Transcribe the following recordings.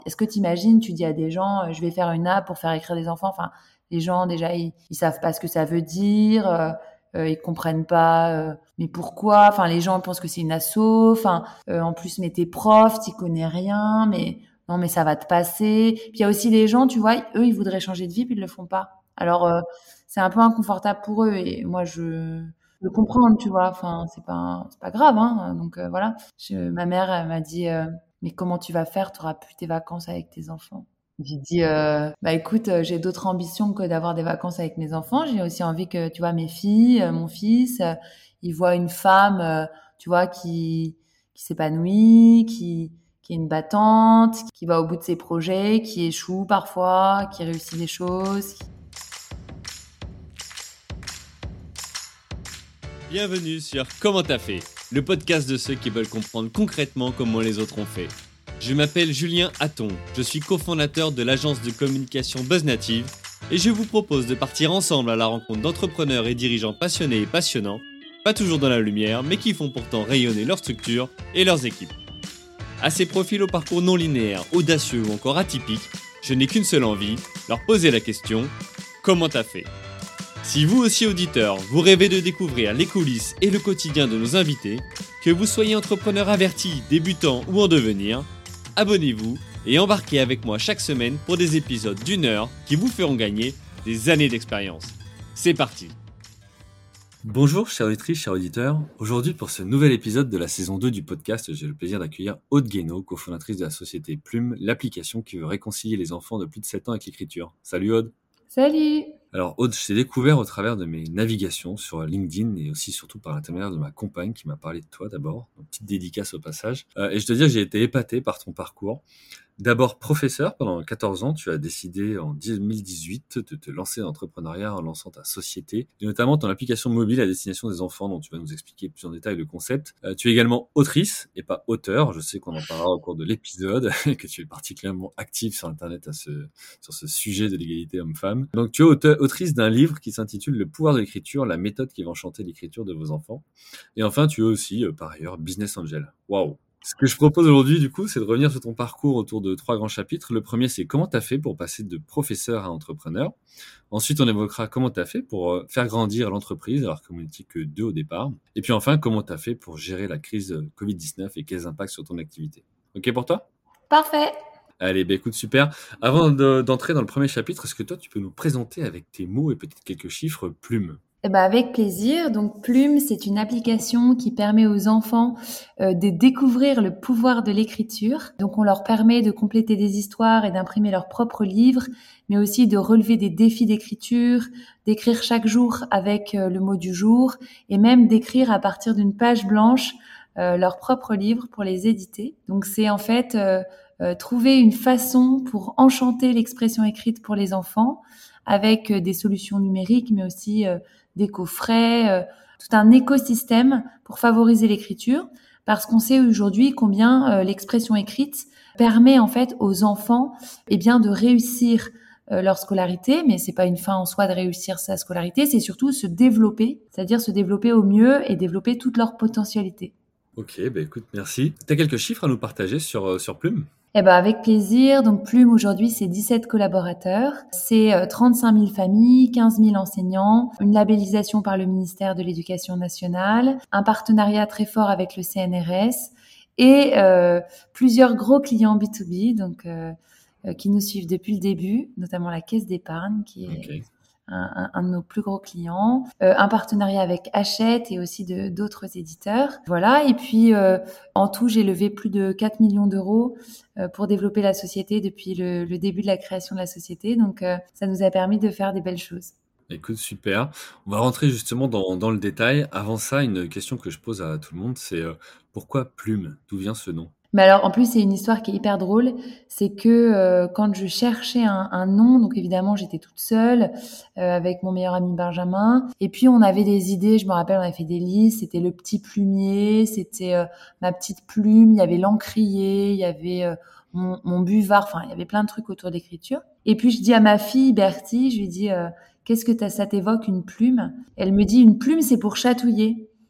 Est-ce que tu imagines, tu dis à des gens, je vais faire une app pour faire écrire des enfants. Enfin, les gens, déjà, ils savent pas ce que ça veut dire. Ils comprennent pas, mais pourquoi? Enfin, les gens pensent que c'est une asso. Enfin, en plus, mais t'es prof, t'y connais rien. Mais non, mais ça va te passer. Puis il y a aussi des gens, tu vois, eux, ils voudraient changer de vie, puis ils le font pas. Alors, c'est un peu inconfortable pour eux. Et moi, je le comprends, tu vois. Enfin, c'est pas grave, hein. Donc voilà. Ma mère, elle m'a dit, mais comment tu vas faire? T'auras plus tes vacances avec tes enfants. J'ai dit, bah écoute, j'ai d'autres ambitions que d'avoir des vacances avec mes enfants. J'ai aussi envie que, tu vois, mes filles, mon fils, ils voient une femme, tu vois, qui s'épanouit, qui est une battante, qui va au bout de ses projets, qui échoue parfois, qui réussit des choses. Bienvenue sur Comment t'as fait, le podcast de ceux qui veulent comprendre concrètement comment les autres ont fait. Je m'appelle Julien Hatton, je suis cofondateur de l'agence de communication BuzzNative et je vous propose de partir ensemble à la rencontre d'entrepreneurs et dirigeants passionnés et passionnants, pas toujours dans la lumière, mais qui font pourtant rayonner leur structure et leurs équipes. À ces profils au parcours non linéaire, audacieux ou encore atypiques, je n'ai qu'une seule envie, leur poser la question « Comment t'as fait ?» Si vous aussi auditeur, vous rêvez de découvrir les coulisses et le quotidien de nos invités, que vous soyez entrepreneur averti, débutant ou en devenir, abonnez-vous et embarquez avec moi chaque semaine pour des épisodes d'1 heure qui vous feront gagner des années d'expérience. C'est parti! Bonjour chère auditrice, chers auditeurs. Aujourd'hui pour ce nouvel épisode de la saison 2 du podcast, j'ai le plaisir d'accueillir Aude Guénaud, cofondatrice de la société Plume, l'application qui veut réconcilier les enfants de plus de 7 ans avec l'écriture. Salut Aude! Salut! Alors Aude, je t'ai découvert au travers de mes navigations sur LinkedIn et aussi surtout par l'intermédiaire de ma compagne qui m'a parlé de toi d'abord. Donc, petite dédicace au passage. Et je te dis que j'ai été épaté par ton parcours. D'abord professeur pendant 14 ans, tu as décidé en 2018 de te lancer dans l'entrepreneuriat en lançant ta société, et notamment ton application mobile à destination des enfants dont tu vas nous expliquer plus en détail le concept. Tu es également autrice et pas auteur, je sais qu'on en parlera au cours de l'épisode, et que tu es particulièrement active sur Internet sur ce sujet de l'égalité homme-femme. Donc tu es autrice d'un livre qui s'intitule Le pouvoir de l'écriture, la méthode qui va enchanter l'écriture de vos enfants. Et enfin, tu es aussi, par ailleurs, business angel. Waouh! Ce que je propose aujourd'hui, du coup, c'est de revenir sur ton parcours autour de 3 grands chapitres. Le premier, c'est comment tu as fait pour passer de professeur à entrepreneur. Ensuite, on évoquera comment tu as fait pour faire grandir l'entreprise, alors que vous n'étiez que 2 au départ. Et puis enfin, comment tu as fait pour gérer la crise Covid-19 et quels impacts sur ton activité. OK pour toi? Parfait! Allez, écoute, super. Avant d'entrer dans le premier chapitre, est-ce que toi, tu peux nous présenter avec tes mots et peut-être quelques chiffres Plume? Eh ben avec plaisir. Donc Plume, c'est une application qui permet aux enfants de découvrir le pouvoir de l'écriture. Donc on leur permet de compléter des histoires et d'imprimer leurs propres livres, mais aussi de relever des défis d'écriture, d'écrire chaque jour avec le mot du jour et même d'écrire à partir d'une page blanche leurs propres livres pour les éditer. Donc c'est en fait trouver une façon pour enchanter l'expression écrite pour les enfants avec des solutions numériques, mais aussi des coffrets, tout un écosystème pour favoriser l'écriture, parce qu'on sait aujourd'hui combien l'expression écrite permet en fait aux enfants de réussir leur scolarité, mais c'est pas une fin en soi de réussir sa scolarité, c'est surtout se développer, c'est-à-dire se développer au mieux et développer toute leur potentialité. Ok, bah écoute, merci. Tu as quelques chiffres à nous partager sur Plume? Eh ben avec plaisir. Donc Plume aujourd'hui c'est 17 collaborateurs, c'est 35 000 familles, 15 000 enseignants, une labellisation par le ministère de l'Éducation nationale, un partenariat très fort avec le CNRS et plusieurs gros clients B2B qui nous suivent depuis le début, notamment la Caisse d'épargne qui est Ok. un de nos plus gros clients, un partenariat avec Hachette et aussi d'autres éditeurs. Voilà, et puis en tout, j'ai levé plus de 4 millions d'euros pour développer la société depuis le début de la création de la société. Donc, ça nous a permis de faire des belles choses. Écoute, super. On va rentrer justement dans le détail. Avant ça, une question que je pose à tout le monde, c'est pourquoi Plume? D'où vient ce nom? Mais alors, en plus, c'est une histoire qui est hyper drôle. C'est que quand je cherchais un nom, donc évidemment, j'étais toute seule avec mon meilleur ami Benjamin. Et puis, on avait des idées. Je me rappelle, on avait fait des listes. C'était le petit plumier, c'était ma petite plume. Il y avait l'encrier, il y avait mon buvard. Enfin, il y avait plein de trucs autour d'écriture. Et puis, je dis à ma fille Bertie, je lui dis, qu'est-ce que ça t'évoque une plume? Elle me dit, une plume, c'est pour chatouiller.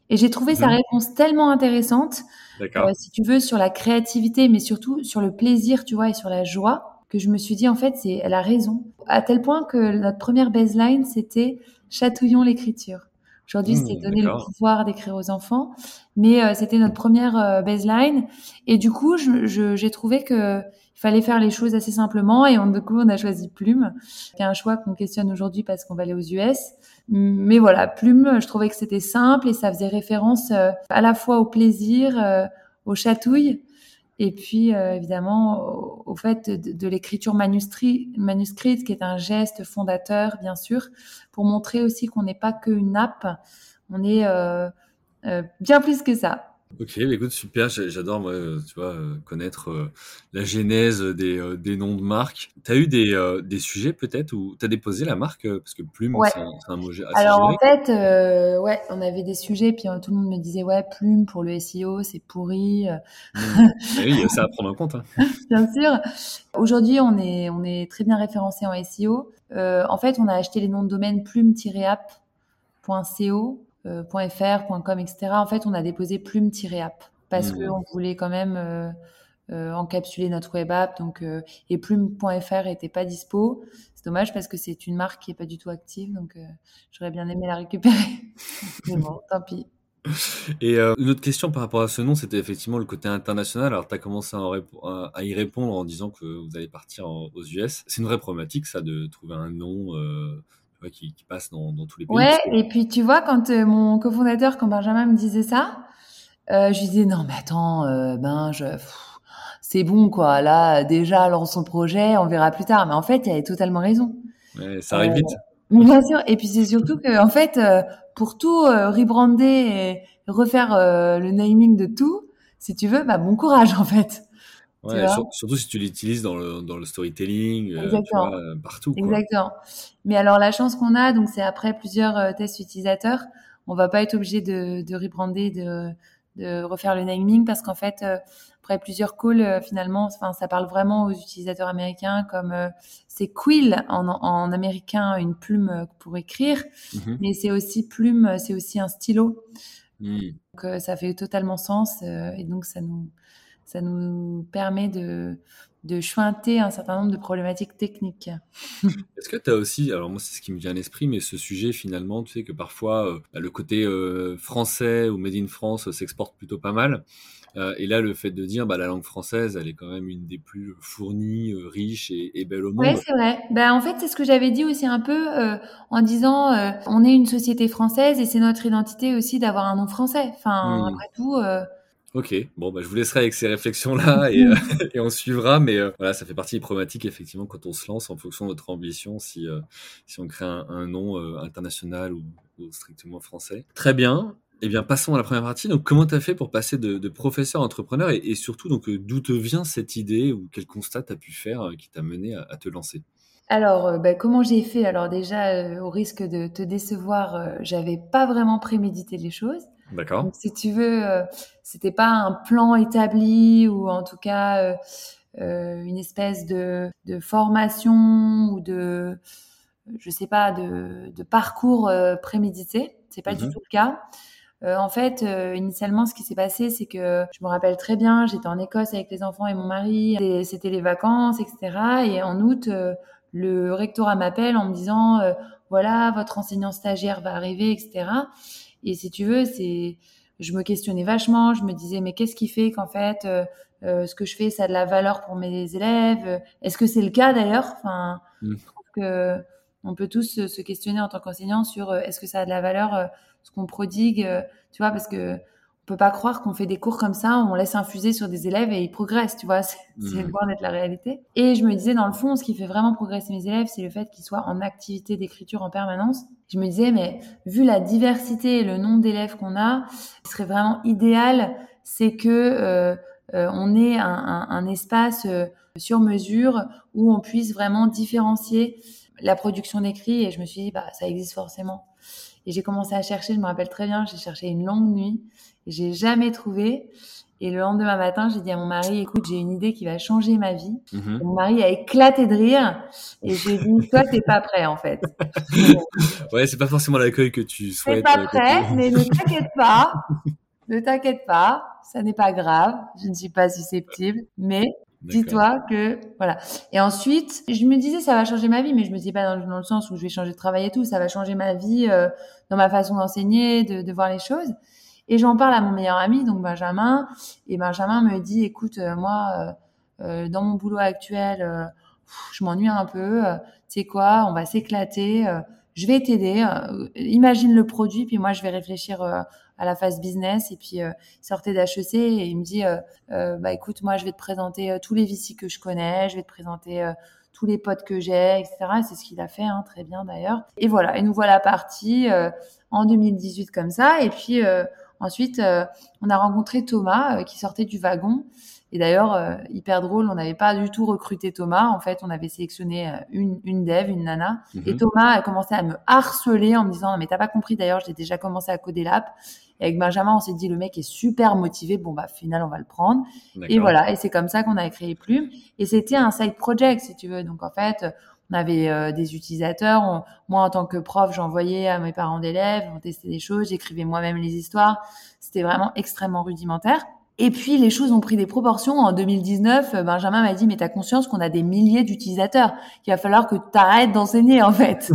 Et j'ai trouvé sa Mhm. réponse tellement intéressante, D'accord. si tu veux, sur la créativité, mais surtout sur le plaisir, tu vois, et sur la joie, que je me suis dit, en fait, elle a raison. À tel point que notre première baseline, c'était chatouillons l'écriture. Aujourd'hui, c'est donner le D'accord. pouvoir d'écrire aux enfants, mais c'était notre première baseline. Et du coup, j'ai trouvé que il fallait faire les choses assez simplement. Et du coup, on a choisi Plume, qui est un choix qu'on questionne aujourd'hui parce qu'on va aller aux US. Mais voilà, Plume, je trouvais que c'était simple et ça faisait référence à la fois au plaisir, aux chatouilles, et puis évidemment au fait de l'écriture manuscrite, qui est un geste fondateur, bien sûr, pour montrer aussi qu'on n'est pas qu'une app, on est bien plus que ça. Ok, bah écoute, super, j'adore moi, tu vois, connaître la genèse des noms de marques. T'as eu des sujets peut-être où t'as déposé la marque, parce que Plume, Ouais. c'est un mot assez Alors en générique. fait, ouais, on avait des sujets, puis tout le monde me disait ouais, Plume pour le SEO, c'est pourri. Mais oui, il y a ça à prendre en compte, hein. Bien sûr. Aujourd'hui, on est très bien référencé en SEO. En fait, on a acheté les noms de domaine plume-app.co, .fr, .com, etc. En fait, on a déposé plume-app parce Hmm. qu'on voulait quand même encapsuler notre web app. Donc, et plume.fr était pas dispo. C'est dommage parce que c'est une marque qui est pas du tout active. Donc, j'aurais bien aimé la récupérer. Mais bon, tant pis. Et une autre question par rapport à ce nom, c'était effectivement le côté international. Alors, tu as commencé à y répondre en disant que vous allez partir aux US. C'est une vraie problématique, ça, de trouver un nom tu vois, qui passe dans tous les pays. Ouais, Parce que... et puis tu vois, quand mon cofondateur, quand Benjamin me disait ça, je lui disais non mais attends, c'est bon quoi. Là déjà lance son projet, on verra plus tard. Mais en fait, il avait totalement raison. Ouais, ça Euh, arrive vite. mais bien sûr. Et puis c'est surtout que en fait, pour tout rebrander et refaire le naming de tout, si tu veux, bah bon courage en fait. Tu Ouais, vois. surtout si tu l'utilises dans le storytelling, tu vois, Exactement. partout, quoi. Exactement. Mais alors la chance qu'on a, donc c'est après plusieurs tests utilisateurs, on va pas être obligé de rebrander, de refaire le naming parce qu'en fait, après plusieurs calls, finalement, enfin ça parle vraiment aux utilisateurs américains comme c'est Quill en américain, une plume pour écrire, Mhm. mais c'est aussi plume, c'est aussi un stylo. Hmm. Donc ça fait totalement sens et donc ça nous permet de chointer un certain nombre de problématiques techniques. Est-ce que tu as aussi, alors moi c'est ce qui me vient à l'esprit, mais ce sujet finalement, tu sais que parfois bah, le côté français ou Made in France s'exporte plutôt pas mal. Et là, le fait de dire, bah, la langue française, elle est quand même une des plus fournies, riches et belles au Ouais, monde. c'est vrai. Ben, en fait, c'est ce que j'avais dit aussi un peu en disant on est une société française et c'est notre identité aussi d'avoir un nom français. Enfin, Hmm. après tout. Ok, bon, bah, je vous laisserai avec ces réflexions-là et on suivra, mais voilà, ça fait partie des problématiques, effectivement, quand on se lance en fonction de notre ambition, si on crée un nom international ou strictement français. Très bien. Eh bien, passons à la première partie. Donc, comment tu as fait pour passer de professeur à entrepreneur et surtout, donc, d'où te vient cette idée ou quel constat tu as pu faire qui t'a mené à te lancer? Alors, ben, comment j'ai fait? Alors déjà, au risque de te décevoir, j'avais pas vraiment prémédité les choses. D'accord. Donc, si tu veux, c'était pas un plan établi ou en tout cas une espèce de formation ou je sais pas, de parcours prémédité. C'est pas du Mhm. tout le cas. En fait, initialement, ce qui s'est passé, c'est que je me rappelle très bien, j'étais en Écosse avec les enfants et mon mari, et c'était les vacances, etc. Et en août, le rectorat m'appelle en me disant, voilà, votre enseignant stagiaire va arriver, etc. Et si tu veux, je me questionnais vachement, je me disais, mais qu'est-ce qui fait qu'en fait, ce que je fais, ça a de la valeur pour mes élèves? Est-ce que c'est le cas d'ailleurs? Enfin, je trouve que on peut tous se questionner en tant qu'enseignant sur est-ce que ça a de la valeur, ce qu'on prodigue, tu vois, parce que on peut pas croire qu'on fait des cours comme ça, on laisse infuser sur des élèves et ils progressent, tu vois, c'est Mhm. loin d'être la réalité. Et je me disais, dans le fond, ce qui fait vraiment progresser mes élèves, c'est le fait qu'ils soient en activité d'écriture en permanence. Je me disais, mais vu la diversité et le nombre d'élèves qu'on a, ce qui serait vraiment idéal, c'est que on ait un espace sur mesure où on puisse vraiment différencier la production d'écrit. Et je me suis dit, bah, ça existe forcément. Et j'ai commencé à chercher, je me rappelle très bien, j'ai cherché une longue nuit et j'ai jamais trouvé. Et le lendemain matin, j'ai dit à mon mari, écoute, j'ai une idée qui va changer ma vie. Mhm. Et mon mari a éclaté de rire et je lui ai dit, toi, t'es pas prêt, en fait. Ouais, c'est pas forcément l'accueil que tu T'es souhaites pas quand prêt, mais ne t'inquiète pas, ça n'est pas grave, je ne suis pas susceptible, mais D'accord. dis-toi que, voilà. Et ensuite, je me disais, ça va changer ma vie, mais je me disais pas dans le sens où je vais changer de travail et tout, ça va changer ma vie, dans ma façon d'enseigner, de voir les choses. Et j'en parle à mon meilleur ami, donc Benjamin, et Benjamin me dit, écoute, moi, dans mon boulot actuel, je m'ennuie un peu, tu sais quoi, on va s'éclater, je vais t'aider, imagine le produit, puis moi je vais réfléchir à la phase business, et puis il sortait d'HEC et il me dit, bah écoute, moi je vais te présenter tous les VC que je connais, je vais te présenter tous les potes que j'ai, etc. Et c'est ce qu'il a fait, hein, très bien d'ailleurs. Et voilà, et nous voilà partis en 2018 comme ça, et puis ensuite on a rencontré Thomas qui sortait du wagon. Et d'ailleurs, hyper drôle, on n'avait pas du tout recruté Thomas. En fait, on avait sélectionné une dev, une nana. Et Mhm. Thomas a commencé à me harceler en me disant, non, mais t'as pas compris, d'ailleurs, j'ai déjà commencé à coder l'app. Et avec Benjamin, on s'est dit, le mec est super motivé. Bon, bah, final, on va le prendre. Et D'accord. voilà. Et c'est comme ça qu'on a créé Plume. Et c'était un side project, si tu veux. Donc, en fait, on avait des utilisateurs. Moi, en tant que prof, j'envoyais à mes parents d'élèves, on testait des choses, j'écrivais moi-même les histoires. C'était vraiment extrêmement rudimentaire. Et puis, les choses ont pris des proportions. En 2019, Benjamin m'a dit, mais t'as conscience qu'on a des milliers d'utilisateurs, qu'il va falloir que t'arrêtes d'enseigner, en fait.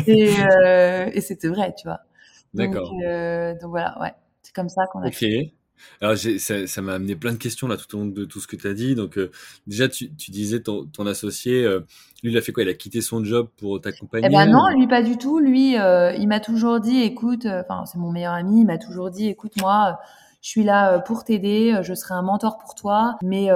Et c'était vrai, tu vois. D'accord. Donc voilà, ouais. C'est comme ça qu'on a Ok. créé. Alors ça m'a amené plein de questions là tout au long de tout ce que tu as dit. Donc déjà tu disais ton associé, lui il a fait quoi? Il a quitté son job pour Eh t'accompagner ben non, ou... lui pas du tout. Lui, il m'a toujours dit, écoute, enfin c'est mon meilleur ami, il m'a toujours dit, écoute moi, je suis là pour t'aider, je serai un mentor pour toi, mais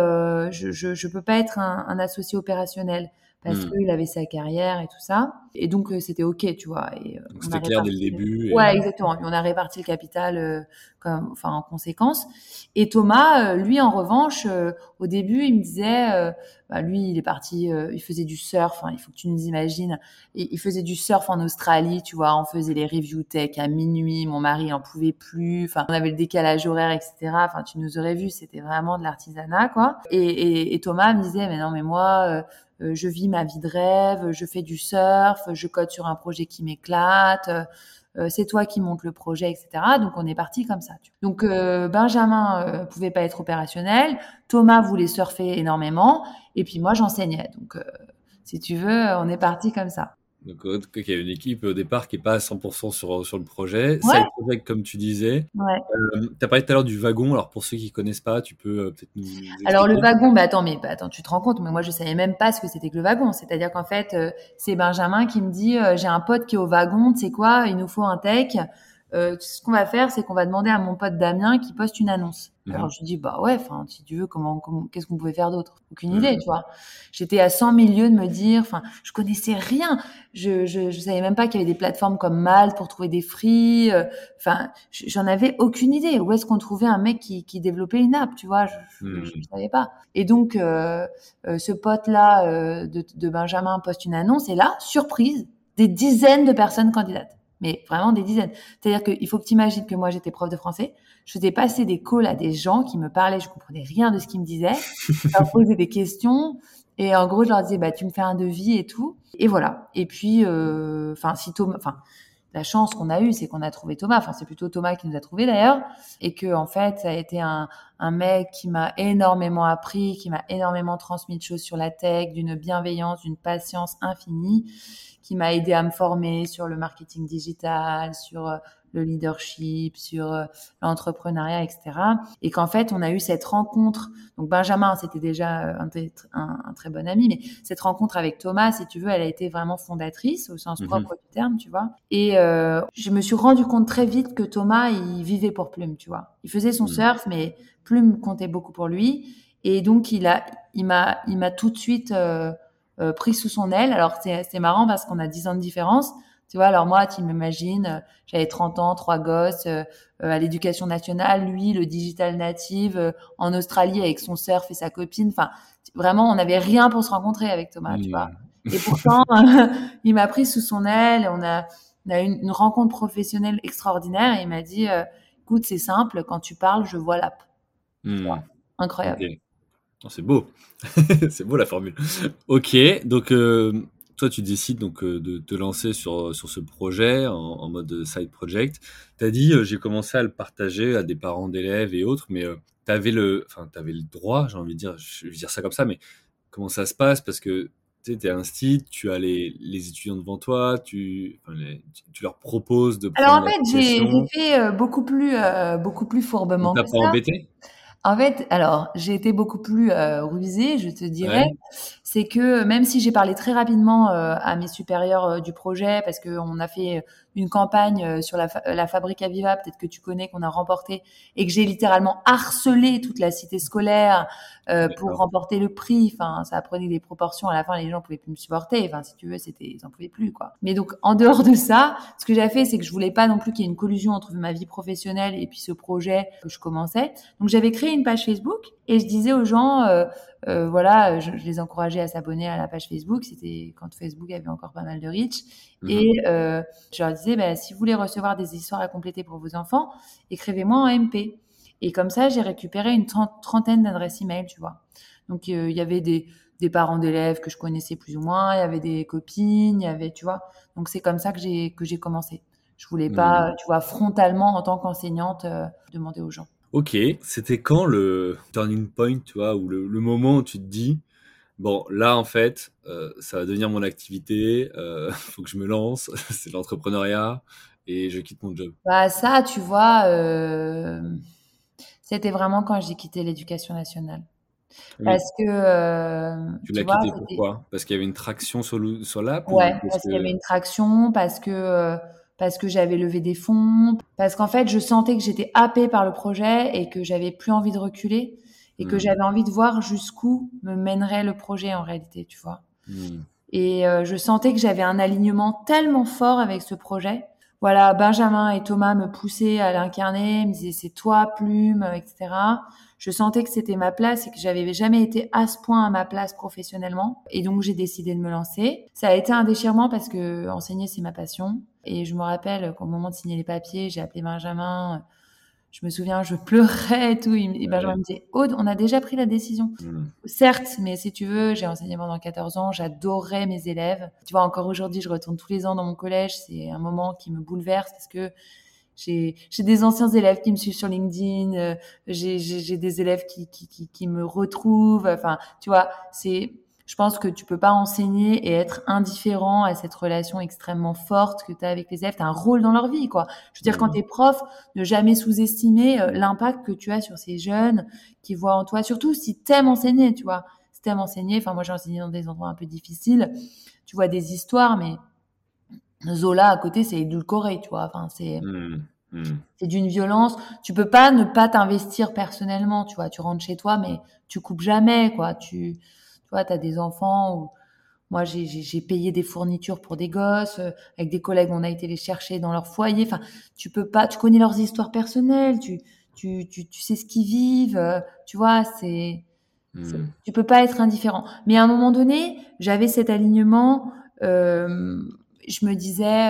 je peux pas être un associé opérationnel parce Hmm. qu'il avait sa carrière et tout ça. Et donc c'était ok, tu vois. Et Donc on a c'était clair dès le réparti. début et Ouais, exactement. Et on a réparti le capital enfin en conséquence. Et Thomas, lui en revanche, au début, il me disait, bah, lui, il est parti, il faisait du surf. Hein, il faut que tu nous imagines. Il faisait du surf en Australie, tu vois. On faisait les review tech à minuit. Mon mari en pouvait plus. Enfin, on avait le décalage horaire, etc. Enfin, tu nous aurais vu. C'était vraiment de l'artisanat, quoi. Et Thomas me disait, mais non, mais moi, je vis ma vie de rêve. Je fais du surf. Je code sur un projet qui m'éclate. C'est toi qui montes le projet, etc. Donc on est parti comme ça. Donc Benjamin pouvait pas être opérationnel, Thomas voulait surfer énormément, et puis moi j'enseignais. Donc si tu veux, on est parti comme ça. donc ok, il y a une équipe au départ qui est pas à 100% sur le projet. Ouais, Side project comme tu disais. ouais. Tu as parlé tout à l'heure du wagon. Alors pour ceux qui connaissent pas, tu peux peut-être nous Alors le expliquer. wagon, attends, tu te rends compte, mais moi je savais même pas ce que c'était que le wagon. C'est-à-dire qu'en fait, c'est Benjamin qui me dit, j'ai un pote qui est au wagon, tu sais quoi, il nous faut un tech. Ce qu'on va faire, c'est qu'on va demander à mon pote Damien qui poste une annonce. Alors Mhm. je lui dis, bah ouais, enfin si tu veux, qu'est-ce qu'on pouvait faire d'autre? Aucune idée, Mhm. tu vois. J'étais à 100 000 lieues de me dire, enfin, je connaissais rien. Je savais même pas qu'il y avait des plateformes comme Malte pour trouver des free. Enfin, j'en avais aucune idée. Où est-ce qu'on trouvait un mec qui développait une app, tu vois? Je Mhm. savais pas. Et donc, ce pote-là de Benjamin poste une annonce et là, surprise, des dizaines de personnes candidates. Mais vraiment des dizaines. C'est-à-dire qu'il faut que tu imagines que moi, j'étais prof de français. Je faisais passer des calls à des gens qui me parlaient. Je comprenais rien de ce qu'ils me disaient. Je leur posais des questions. Et en gros, je leur disais, bah, tu me fais un devis et tout. Et voilà. Et puis, la chance qu'on a eue, c'est qu'on a trouvé Thomas. Enfin, c'est plutôt Thomas qui nous a trouvé d'ailleurs. Et que, en fait, ça a été un mec qui m'a énormément appris, qui m'a énormément transmis de choses sur la tech, d'une bienveillance, d'une patience infinie, qui m'a aidé à me former sur le marketing digital, sur le leadership, sur l'entrepreneuriat, etc. Et qu'en fait, on a eu cette rencontre. Donc Benjamin, c'était déjà un très bon ami, mais cette rencontre avec Thomas, si tu veux, elle a été vraiment fondatrice au sens Mhm. propre du terme, tu vois. Et je me suis rendu compte très vite que Thomas, il vivait pour Plume, tu vois. Il faisait son Mhm. surf, mais Plume comptait beaucoup pour lui. Et donc, il m'a tout de suite pris sous son aile. Alors, c'est marrant parce qu'on a 10 ans de différence. Tu vois, alors moi, tu m'imagines, j'avais 30 ans, 3 gosses, à l'éducation nationale, lui, le digital native, en Australie avec son surf et sa copine. Enfin, vraiment, on n'avait rien pour se rencontrer avec Thomas, tu vois. Mhm. Et pourtant, il m'a pris sous son aile. On a eu une rencontre professionnelle extraordinaire et il m'a dit, écoute, c'est simple, quand tu parles, je vois l'app. Hmm. Ok. Incroyable. Oh, c'est beau. C'est beau la formule. Ok, donc toi tu décides donc de te lancer sur ce projet en mode side project. T'as dit j'ai commencé à le partager à des parents d'élèves et autres, mais t'avais le droit, j'ai envie de dire, je vais dire ça comme ça, mais comment ça se passe? Parce que tu sais, t'es instit, tu as les étudiants devant toi, tu leur proposes de Alors prendre en fait, j'ai l'application. fait beaucoup plus On fourbement t'a que pas ça. embêté? En fait, alors, j'ai été beaucoup plus rusée, je te dirais. Ouais, C'est que même si j'ai parlé très rapidement à mes supérieurs du projet, parce qu'on a fait une campagne sur la Fabrique Aviva, peut-être que tu connais, qu'on a remporté, et que j'ai littéralement harcelé toute la cité scolaire pour d'accord. remporter le prix. Enfin, ça prenait des proportions. À la fin, les gens pouvaient plus me supporter. Enfin, si tu veux, ils en pouvaient plus, quoi. Mais donc, en dehors de ça, ce que j'ai fait, c'est que je voulais pas non plus qu'il y ait une collusion entre ma vie professionnelle et puis ce projet que je commençais. Donc j'avais créé une page Facebook et je disais aux gens, voilà, je les encourageais à s'abonner à la page Facebook. C'était quand Facebook avait encore pas mal de reach. Mhm. Et je leur disais, bah, si vous voulez recevoir des histoires à compléter pour vos enfants, écrivez-moi en MP. Et comme ça, j'ai récupéré une trentaine d'adresses email, tu vois. Donc il y avait des parents d'élèves que je connaissais plus ou moins, il y avait des copines, il y avait, tu vois. Donc c'est comme ça que j'ai commencé. Je voulais Mhm. pas, tu vois, frontalement en tant qu'enseignante demander aux gens. Ok, c'était quand le turning point, tu vois, ou le moment où tu te dis, bon, là, en fait, ça va devenir mon activité, faut que je me lance, c'est l'entrepreneuriat, et je quitte mon job. Bah ça, tu vois, c'était vraiment quand j'ai quitté l'éducation nationale. Parce Oui, que, tu tu l'as vois, quitté c'était pourquoi? Parce qu'il y avait une traction sur l'app ou ouais, parce parce qu'il y avait que... une traction, parce que j'avais levé des fonds, parce qu'en fait, je sentais que j'étais happée par le projet et que j'avais plus envie de reculer et que Hmm, j'avais envie de voir jusqu'où me mènerait le projet en réalité, tu vois. hmm, Et je sentais que j'avais un alignement tellement fort avec ce projet. Voilà, Benjamin et Thomas me poussaient à l'incarner, me disaient c'est toi, Plume, etc. Je sentais que c'était ma place et que j'avais jamais été à ce point à ma place professionnellement. Et donc j'ai décidé de me lancer. Ça a été un déchirement parce que enseigner c'est ma passion. Et je me rappelle qu'au moment de signer les papiers, j'ai appelé Benjamin. Je me souviens, je pleurais et tout. Et Benjamin ouais, me disait, Aude, on a déjà pris la décision. hmm, Certes, mais si tu veux, j'ai enseigné pendant 14 ans, j'adorais mes élèves. Tu vois, encore aujourd'hui, je retourne tous les ans dans mon collège. C'est un moment qui me bouleverse parce que j'ai des anciens élèves qui me suivent sur LinkedIn. J'ai des élèves qui me retrouvent. Enfin, tu vois, je pense que tu peux pas enseigner et être indifférent à cette relation extrêmement forte que tu as avec les élèves. Tu as un rôle dans leur vie, quoi. Je veux dire, quand hmm, tu es prof, ne jamais sous-estimer l'impact que tu as sur ces jeunes qui voient en toi, surtout si t'aimes enseigner, tu vois. Si t'aimes enseigner, enfin, moi, j'ai enseigné dans des endroits un peu difficiles. Tu vois des histoires, mais Zola à côté, c'est édulcoré, tu vois. Enfin, hmm, hmm, c'est d'une violence. Tu peux pas ne pas t'investir personnellement, tu vois. Tu rentres chez toi, mais tu coupes jamais, quoi. Tu vois, t'as des enfants où moi, j'ai payé des fournitures pour des gosses. Avec des collègues, on a été les chercher dans leur foyer. Enfin, tu peux pas, tu connais leurs histoires personnelles, tu sais ce qu'ils vivent. Tu vois, hmm, tu peux pas être indifférent. Mais à un moment donné, j'avais cet alignement. Je me disais,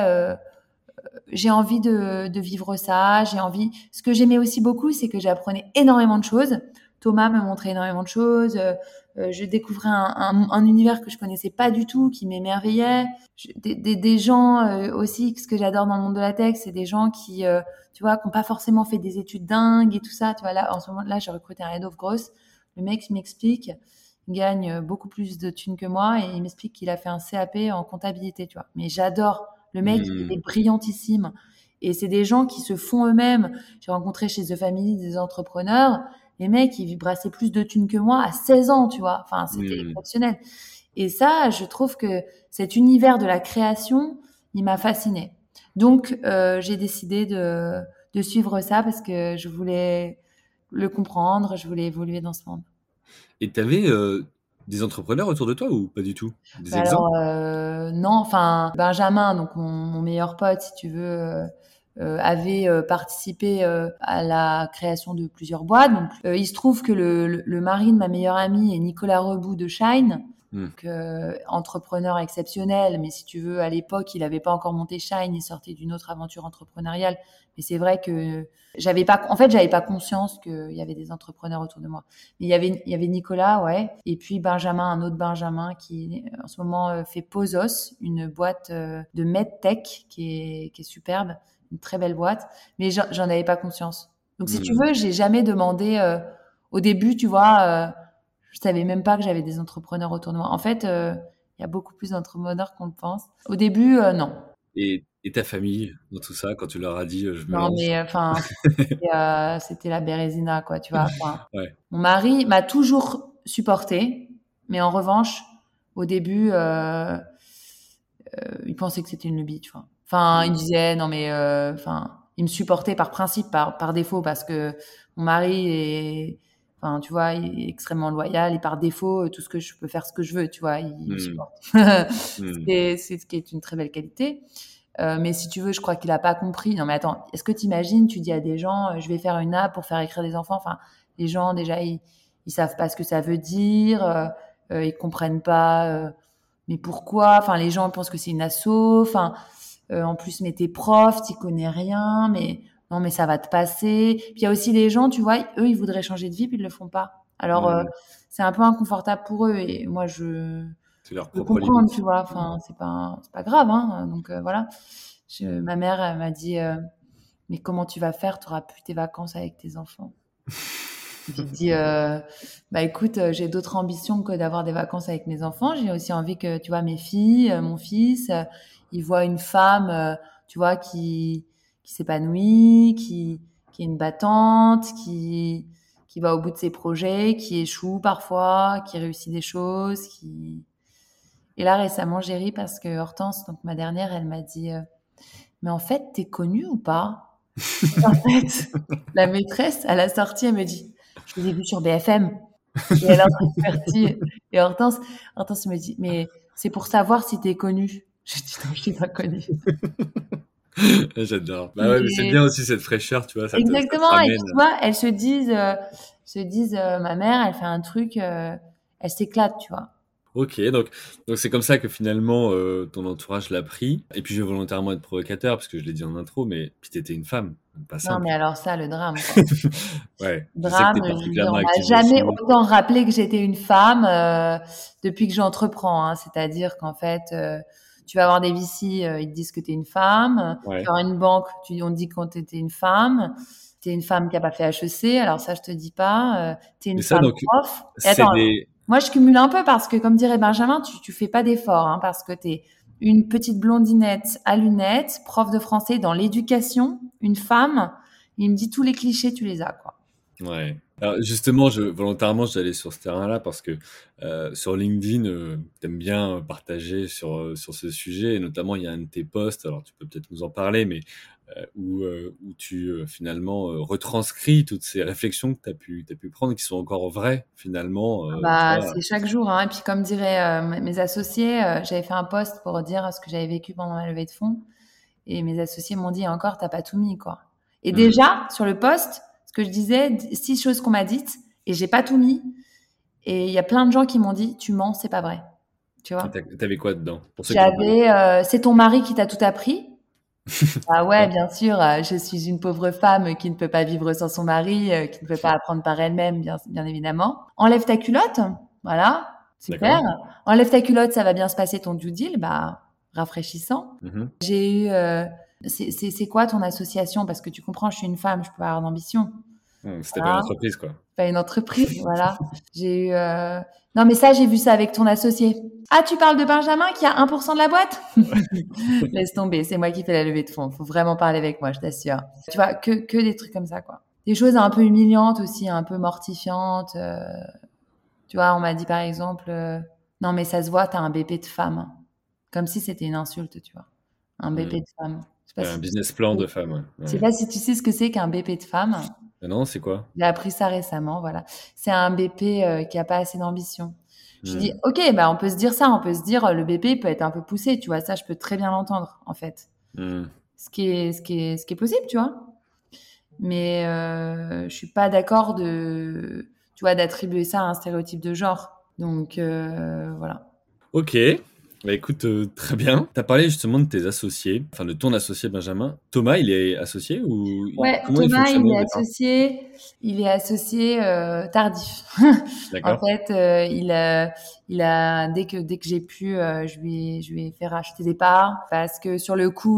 j'ai envie de vivre ça, j'ai envie. Ce que j'aimais aussi beaucoup, c'est que j'apprenais énormément de choses. Thomas me montrait énormément de choses. Je découvrais un univers que je connaissais pas du tout, qui m'émerveillait. Des gens aussi, ce que j'adore dans le monde de la tech, c'est des gens qui, tu vois, qui n'ont pas forcément fait des études dingues et tout ça. Tu vois, là, en ce moment-là, j'ai recruté un head of growth. Le mec m'explique, il gagne beaucoup plus de thunes que moi et il m'explique qu'il a fait un CAP en comptabilité, tu vois. Mais j'adore le mec, il hmm, est brillantissime. Et c'est des gens qui se font eux-mêmes. J'ai rencontré chez The Family des entrepreneurs. Les mecs, ils brassaient plus de thunes que moi à 16 ans, tu vois. Enfin, c'était hmm. exceptionnel. Et ça, je trouve que cet univers de la création, il m'a fascinée. Donc, j'ai décidé de suivre ça parce que je voulais le comprendre, je voulais évoluer dans ce monde. Et t'avais des entrepreneurs autour de toi ou pas du tout? Des Bah exemples? alors, non, enfin, Benjamin, donc mon meilleur pote, si tu veux, avait participé à la création de plusieurs boîtes. Donc, il se trouve que le mari de ma meilleure amie est Nicolas Rebout de Shine. Donc, entrepreneur exceptionnel, mais si tu veux, à l'époque, il n'avait pas encore monté Shine, il sortait d'une autre aventure entrepreneuriale. Mais c'est vrai que j'avais pas conscience qu'il y avait des entrepreneurs autour de moi. Mais il y avait Nicolas, ouais, et puis Benjamin, un autre Benjamin qui en ce moment fait Pozos, une boîte de medtech qui est superbe, une très belle boîte. Mais j'en avais pas conscience. Donc, si tu veux, j'ai jamais demandé. Au début, tu vois. Je savais même pas que j'avais des entrepreneurs autour de moi. En fait, il y a beaucoup plus d'entrepreneurs qu'on le pense. Au début, non. Et ta famille, dans tout ça, quand tu leur as dit je me Non, lance? mais enfin, c'était la Bérésina, quoi, tu vois. Enfin, Ouais. mon mari m'a toujours supporté, mais en revanche, au début, il pensait que c'était une lubie, tu vois. Enfin, il disait non, mais enfin, il me supportait par principe, par défaut, parce que mon mari est enfin, tu vois, il est extrêmement loyal et par défaut, tout ce que je peux faire ce que je veux, tu vois, il me supporte. C'est ce qui est une très belle qualité. Mais si tu veux, je crois qu'il a pas compris. Non, mais attends, est-ce que t'imagines, tu dis à des gens, je vais faire une app pour faire écrire des enfants. Enfin, les gens, déjà, ils savent pas ce que ça veut dire, ils comprennent pas, mais pourquoi? Enfin, les gens pensent que c'est une asso. Enfin, en plus, mais t'es prof, t'y connais rien, mais non, mais ça va te passer. Puis il y a aussi des gens, tu vois, eux, ils voudraient changer de vie, puis ils le font pas. Alors, c'est un peu inconfortable pour eux. Et moi, C'est leur peux propre comprendre, limite. tu vois. Enfin, c'est pas grave, hein. Donc voilà. Ma mère, elle m'a dit, mais comment tu vas faire? T'auras plus tes vacances avec tes enfants. J'ai dit, bah écoute, j'ai d'autres ambitions que d'avoir des vacances avec mes enfants. J'ai aussi envie que, tu vois, mes filles, mon fils, ils voient une femme, tu vois, qui s'épanouit, qui est une battante, qui va au bout de ses projets, qui échoue parfois, qui réussit des choses, qui... Et là, récemment, j'ai ri parce que Hortense, donc ma dernière, elle m'a dit, mais en fait, t'es connue ou pas? En fait, la maîtresse, à la sortie, elle me dit, je vous ai vu sur BFM. Et elle est en train de faire ci. Et Hortense me dit, mais c'est pour savoir si t'es connue. Je dis, non, je suis pas connue. J'adore. Bah ouais, mais c'est Mais bien aussi cette fraîcheur, tu vois, ça te exactement. Et puis, ramène. tu vois, elles se disent, ma mère, elle fait un truc, elle s'éclate, tu vois. Ok, donc c'est comme ça que finalement ton entourage l'a pris. Et puis je vais volontairement être provocateur parce que je l'ai dit en intro, mais puis t'étais une femme, pas Non, simple. mais alors ça, le drame, quoi. Ouais, je sais que Drame, t'es je veux dire, particulièrement on m'a active jamais dessus. autant rappelé que j'étais une femme depuis que j'entreprends. Hein. C'est-à-dire qu'en fait, tu vas avoir des VC, ils te disent que tu es une femme. Tu Ouais. vas avoir une banque, on te dit que tu étais une femme. Tu es une femme qui a pas fait HEC, alors ça, je te dis pas. Tu es une Mais ça, femme donc, prof. Et c'est attends, des. moi, je cumule un peu parce que, comme dirait Benjamin, tu fais pas d'effort, hein, parce que tu es une petite blondinette à lunettes, prof de français dans l'éducation, une femme. Il me dit tous les clichés, tu les as, quoi. Ouais. Alors justement, volontairement, j'allais sur ce terrain-là parce que sur LinkedIn, t'aimes bien partager sur ce sujet, et notamment il y a un de tes posts, alors tu peux peut-être nous en parler, mais où tu finalement retranscris toutes ces réflexions que t'as pu prendre, qui sont encore vraies finalement, tu Bah, vois. c'est chaque jour, hein. Et puis, comme diraient mes associés, j'avais fait un post pour dire ce que j'avais vécu pendant ma levée de fonds. Et mes associés m'ont dit encore, t'as pas tout mis, quoi. Et Hmm. déjà, sur le post, ce que je disais, 6 choses qu'on m'a dites, et j'ai pas tout mis. Et il y a plein de gens qui m'ont dit, tu mens, c'est pas vrai. Tu Et vois? t'avais quoi dedans? Pour ceux qui l'ont pas vu. J'avais, c'est ton mari qui t'a tout appris. Ah ouais, Ouais. bien sûr, je suis une pauvre femme qui ne peut pas vivre sans son mari, qui ne peut pas apprendre par elle-même, bien évidemment. Enlève ta culotte, voilà, super. D'accord. Enlève ta culotte, ça va bien se passer ton due deal, bah rafraîchissant. Mhm. J'ai eu, c'est quoi ton association? Parce que tu comprends, je suis une femme, je peux pas avoir d'ambition. C'était pas une Voilà, entreprise, quoi. pas une entreprise, voilà. J'ai eu, non mais ça, j'ai vu ça avec ton associé. Ah, tu parles de Benjamin qui a 1% de la boîte? Laisse tomber, c'est moi qui fais la levée de fonds. Faut vraiment parler avec moi, je t'assure. Tu vois, que des trucs comme ça, quoi. Des choses un peu humiliantes aussi, un peu mortifiantes. Tu vois, on m'a dit par exemple, non mais ça se voit, t'as un BP de femme. Comme si c'était une insulte, tu vois. Un BP Hmm. de femme. Ouais, un business plan de femme, ouais. Je sais Ouais. pas si tu sais ce que c'est qu'un BP de femme. Ah non, c'est quoi? J'ai appris ça récemment, voilà. C'est un BP qui a pas assez d'ambition. Je dis, Hmm. ok, bah on peut se dire ça, on peut se dire le BP peut être un peu poussé, tu vois. Ça, je peux très bien l'entendre, en fait. Hmm. Ce qui est possible, tu vois. Mais je suis pas d'accord tu vois, d'attribuer ça à un stéréotype de genre. Donc voilà. Ok, bah écoute, très bien. Tu as parlé justement de tes associés, enfin de ton associé Benjamin. Thomas, il est associé ou Ouais, comment il Thomas, fonctionnait au départ? il est associé tardif. En D'accord. fait, dès que j'ai pu, je lui ai fait racheter des parts parce que sur le coup,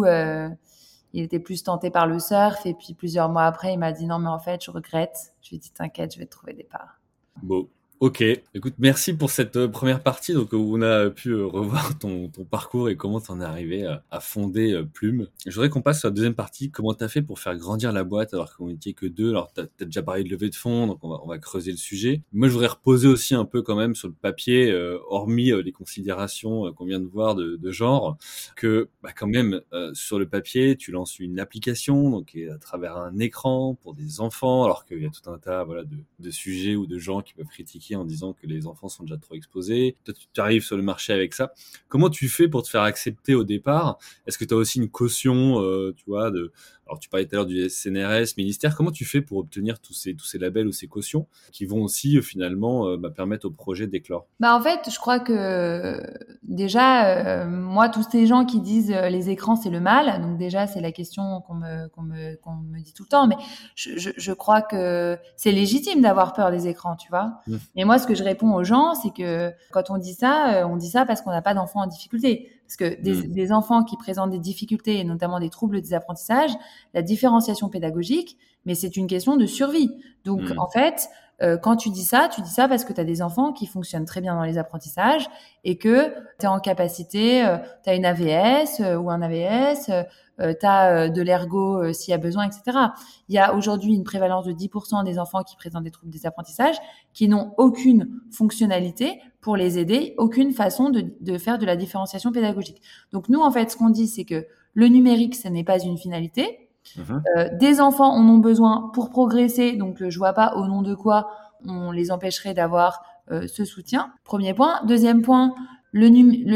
il était plus tenté par le surf et puis plusieurs mois après, il m'a dit non mais en fait, je regrette. Je lui ai dit t'inquiète, je vais te trouver des parts. Bon, ok. Écoute, merci pour cette première partie donc, où on a pu revoir ton parcours et comment t'en es arrivé à fonder Plume. Je voudrais qu'on passe à la deuxième partie. Comment t'as fait pour faire grandir la boîte alors qu'on n'était que deux? Alors, t'as déjà parlé de levée de fonds, donc on va creuser le sujet. Moi, je voudrais reposer aussi un peu quand même sur le papier, hormis les considérations qu'on vient de voir de genre, que bah, quand même, sur le papier, tu lances une application donc qui est à travers un écran pour des enfants, alors qu'il y a tout un tas voilà, de sujets ou de gens qui peuvent critiquer en disant que les enfants sont déjà trop exposés. Toi, tu arrives sur le marché avec ça. Comment tu fais pour te faire accepter au départ? Est-ce que tu as aussi une caution, tu vois, alors tu parlais tout à l'heure du CNRS, ministère, comment tu fais pour obtenir tous ces labels ou ces cautions qui vont aussi finalement permettre au projet d'éclore? Bah en fait, je crois que déjà, moi, tous ces gens qui disent les écrans c'est le mal, donc déjà c'est la question qu'on me dit tout le temps, mais je crois que c'est légitime d'avoir peur des écrans, tu vois. Mmh. Mais moi, ce que je réponds aux gens, c'est que quand on dit ça parce qu'on n'a pas d'enfants en difficulté. Parce que Mmh. des enfants qui présentent des difficultés, et notamment des troubles des apprentissages, la différenciation pédagogique, mais c'est une question de survie. Donc Mmh. en fait, quand tu dis ça parce que tu as des enfants qui fonctionnent très bien dans les apprentissages et que tu es en capacité, tu as une AVS ou un AVS, tu as de l'ergo s'il y a besoin, etc. Il y a aujourd'hui une prévalence de 10% des enfants qui présentent des troubles des apprentissages qui n'ont aucune fonctionnalité pour les aider, aucune façon de faire de la différenciation pédagogique. Donc nous, en fait, ce qu'on dit, c'est que le numérique, ce n'est pas une finalité. Mmh. Des enfants en ont besoin pour progresser, donc je vois pas au nom de quoi on les empêcherait d'avoir ce soutien. Premier point. Deuxième point, le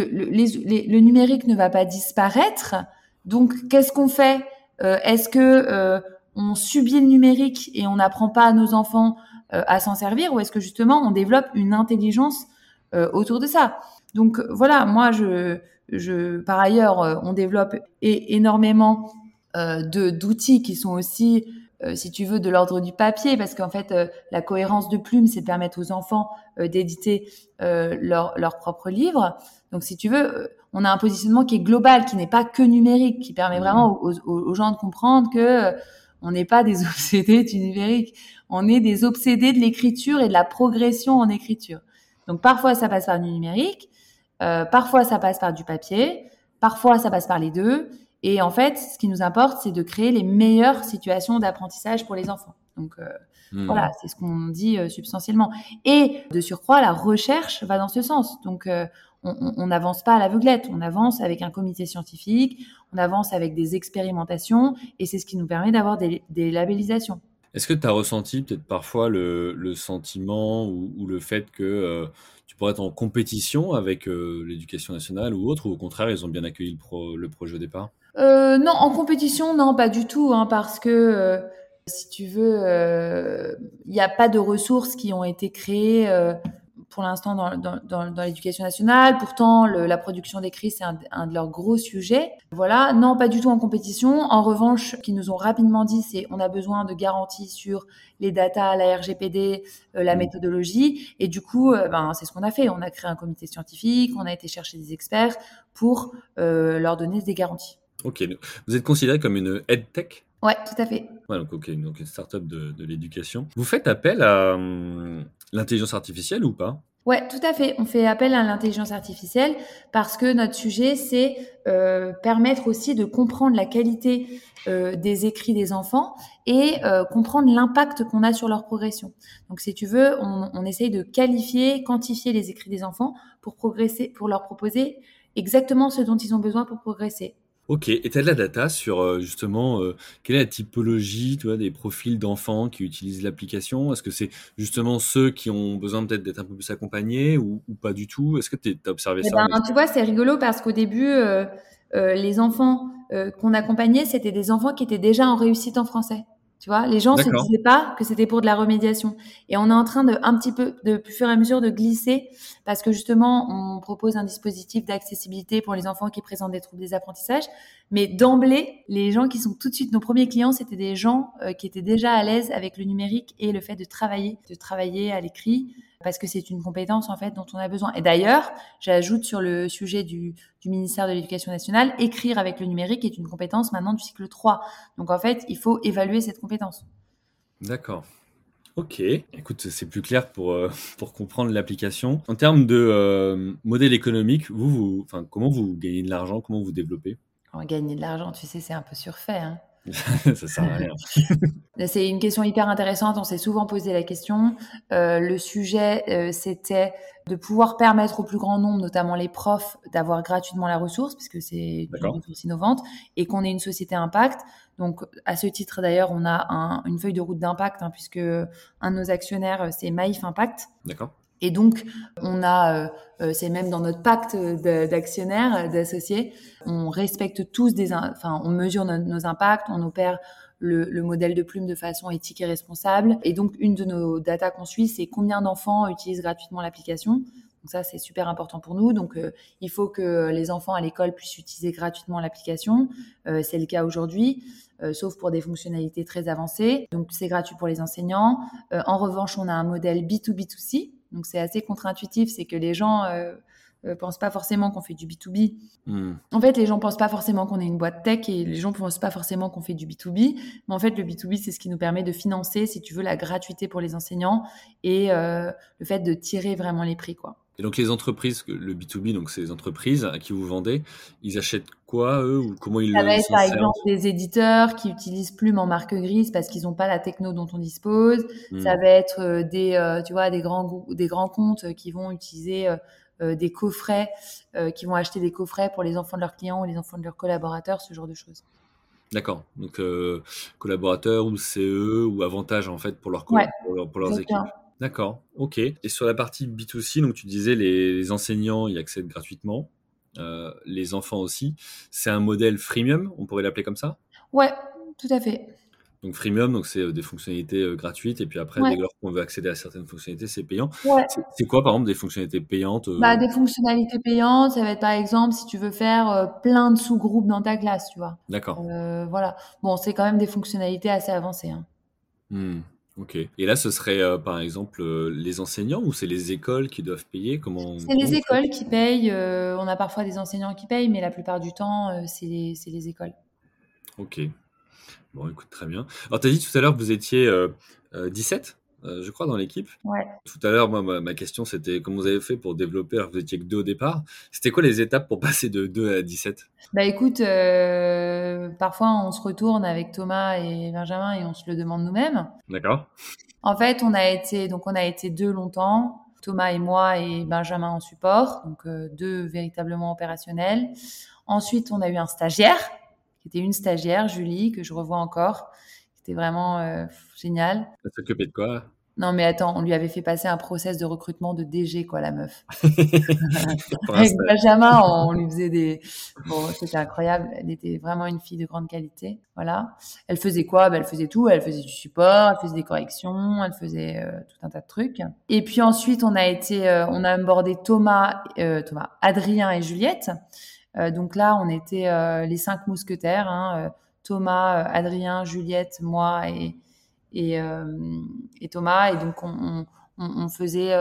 numérique ne va pas disparaître. Donc qu'est-ce qu'on fait? Est-ce que on subit le numérique et on n'apprend pas à nos enfants à s'en servir, ou est-ce que justement on développe une intelligence autour de ça? Donc voilà, moi par ailleurs, on développe énormément d'outils qui sont aussi, si tu veux, de l'ordre du papier, parce qu'en fait, la cohérence de Plume, c'est de permettre aux enfants d'éditer leur propre livre. Donc, si tu veux, on a un positionnement qui est global, qui n'est pas que numérique, qui permet Mmh. vraiment aux gens de comprendre que on n'est pas des obsédés du numérique, on est des obsédés de l'écriture et de la progression en écriture. Donc, parfois, ça passe par du numérique, parfois, ça passe par du papier, parfois, ça passe par les deux. Et en fait, ce qui nous importe, c'est de créer les meilleures situations d'apprentissage pour les enfants. Donc voilà, Mmh. c'est ce qu'on dit substantiellement. Et de surcroît, la recherche va dans ce sens. Donc on n'avance pas à l'aveuglette, on avance avec un comité scientifique, on avance avec des expérimentations, et c'est ce qui nous permet d'avoir des labellisations. Est-ce que tu as ressenti peut-être parfois le sentiment ou le fait que tu pourrais être en compétition avec l'éducation nationale ou autre, ou au contraire, ils ont bien accueilli le projet au départ? Non, en compétition, non, pas du tout, hein, parce que si tu veux, il n'y a pas de ressources qui ont été créées pour l'instant dans l'éducation nationale. Pourtant, la production d'écrits, c'est un de leurs gros sujets. Voilà, non, pas du tout en compétition. En revanche, ce qu'ils nous ont rapidement dit, c'est on a besoin de garanties sur les datas, la RGPD, la Mmh. méthodologie. Et du coup, c'est ce qu'on a fait. On a créé un comité scientifique, on a été chercher des experts pour leur donner des garanties. Ok, vous êtes considéré comme une EdTech? Ouais, tout à fait. Ouais, donc, ok, donc une startup de l'éducation. Vous faites appel à l'intelligence artificielle ou pas? Ouais, tout à fait. On fait appel à l'intelligence artificielle parce que notre sujet, c'est permettre aussi de comprendre la qualité des écrits des enfants et comprendre l'impact qu'on a sur leur progression. Donc, si tu veux, on essaye de qualifier, quantifier les écrits des enfants pour progresser, pour leur proposer exactement ce dont ils ont besoin pour progresser. Ok, et tu as de la data sur justement quelle est la typologie, tu vois, des profils d'enfants qui utilisent l'application? Est-ce que c'est justement ceux qui ont besoin peut-être d'être un peu plus accompagnés ou pas du tout? Est-ce que tu as observé Eh ça? ben, tu vois, c'est rigolo parce qu'au début, les enfants qu'on accompagnait, c'était des enfants qui étaient déjà en réussite en français. Tu vois, les gens se D'accord. disaient pas que c'était pour de la remédiation. Et on est en train de, un petit peu, de plus fur et à mesure, de glisser parce que justement, on propose un dispositif d'accessibilité pour les enfants qui présentent des troubles des apprentissages. Mais d'emblée, les gens qui sont tout de suite nos premiers clients, c'était des gens qui étaient déjà à l'aise avec le numérique et le fait de travailler à l'écrit parce que c'est une compétence en fait dont on a besoin. Et d'ailleurs, j'ajoute sur le sujet du ministère de l'Éducation nationale, écrire avec le numérique est une compétence maintenant du cycle 3. Donc en fait, il faut évaluer cette compétence. D'accord. Ok. Écoute, c'est plus clair pour comprendre l'application. En termes de modèle économique, enfin, comment vous gagnez de l'argent, comment vous développez? Alors, gagner de l'argent, tu sais, c'est un peu surfait, hein. Ça sert à rien. C'est une question hyper intéressante. On s'est souvent posé la question. Le sujet, c'était de pouvoir permettre au plus grand nombre, notamment les profs, d'avoir gratuitement la ressource, puisque c'est une D'accord. ressource innovante, et qu'on est une société impact. Donc, à ce titre, d'ailleurs, on a une feuille de route d'impact, puisque un de nos actionnaires, c'est Maïf Impact. D'accord. Et donc, on a, c'est même dans notre pacte d'actionnaires, d'associés, on respecte tous on mesure nos impacts, on opère le modèle de plume de façon éthique et responsable. Et donc, une de nos datas qu'on suit, c'est combien d'enfants utilisent gratuitement l'application. Donc ça, c'est super important pour nous. Donc, il faut que les enfants à l'école puissent utiliser gratuitement l'application. C'est le cas aujourd'hui, sauf pour des fonctionnalités très avancées. Donc, c'est gratuit pour les enseignants. En revanche, on a un modèle B2B2C. Donc, c'est assez contre-intuitif. C'est que les gens pensent pas forcément qu'on fait du B2B. En fait, les gens pensent pas forcément qu'on est une boîte tech et les gens pensent pas forcément qu'on fait du B2B. Mais en fait, le B2B, c'est ce qui nous permet de financer, si tu veux, la gratuité pour les enseignants et le fait de tirer vraiment les prix, quoi. Et donc les entreprises, le B2B, donc c'est les entreprises à qui vous vendez, ils achètent quoi eux ou comment Ça va ils être s'en par servent? exemple des éditeurs qui utilisent Plume en marque grise parce qu'ils n'ont pas la techno dont on dispose. Ça Hmm. va être tu vois, des grands comptes qui vont utiliser des coffrets, qui vont acheter des coffrets pour les enfants de leurs clients ou les enfants de leurs collaborateurs, ce genre de choses. D'accord. Donc collaborateurs ou CE ou avantages en fait pour Ouais, pour leurs équipes. exactement. D'accord. Ok. Et sur la partie B2C, donc tu disais les enseignants y accèdent gratuitement, les enfants aussi. C'est un modèle freemium, on pourrait l'appeler comme ça? Ouais, tout à fait. Donc freemium, donc c'est des fonctionnalités gratuites et puis après Ouais, dès lors qu'on veut accéder à certaines fonctionnalités, c'est payant. ouais. C'est quoi par exemple des fonctionnalités payantes Bah, des fonctionnalités payantes, ça va être par exemple si tu veux faire plein de sous-groupes dans ta classe, tu vois. D'accord. Voilà. Bon, c'est quand même des fonctionnalités assez avancées, hein. Hmm. Ok. Et là, ce serait par exemple les enseignants ou c'est les écoles qui doivent payer? C'est Comment les vous faites? écoles qui payent. On a parfois des enseignants qui payent, mais la plupart du temps, c'est les écoles. Ok. Bon, écoute, très bien. Alors, tu as dit tout à l'heure que vous étiez 17, je crois, dans l'équipe. Ouais. Tout à l'heure, moi, ma question, c'était comment vous avez fait pour développer alors que vous étiez que 2 au départ. C'était quoi les étapes pour passer de 2 à 17? Bah écoute, parfois on se retourne avec Thomas et Benjamin et on se le demande nous-mêmes. D'accord. En fait, on a été deux longtemps, Thomas et moi et Benjamin en support, donc deux véritablement opérationnels. Ensuite, on a eu un stagiaire, qui était une stagiaire, Julie, que je revois encore. C'était vraiment génial. Ça s'occupait de quoi? Non, mais attends, on lui avait fait passer un process de recrutement de DG, quoi, la meuf. Pour un Avec stage. Benjamin, on lui faisait des... Bon, c'était incroyable. Elle était vraiment une fille de grande qualité. Voilà. Elle faisait quoi? Ben, elle faisait tout. Elle faisait du support, elle faisait des corrections, elle faisait tout un tas de trucs. Et puis ensuite, on a abordé Adrien et Juliette. Donc là, on était les 5 mousquetaires, hein, Thomas, Adrien, Juliette, moi et Thomas. Et donc, on faisait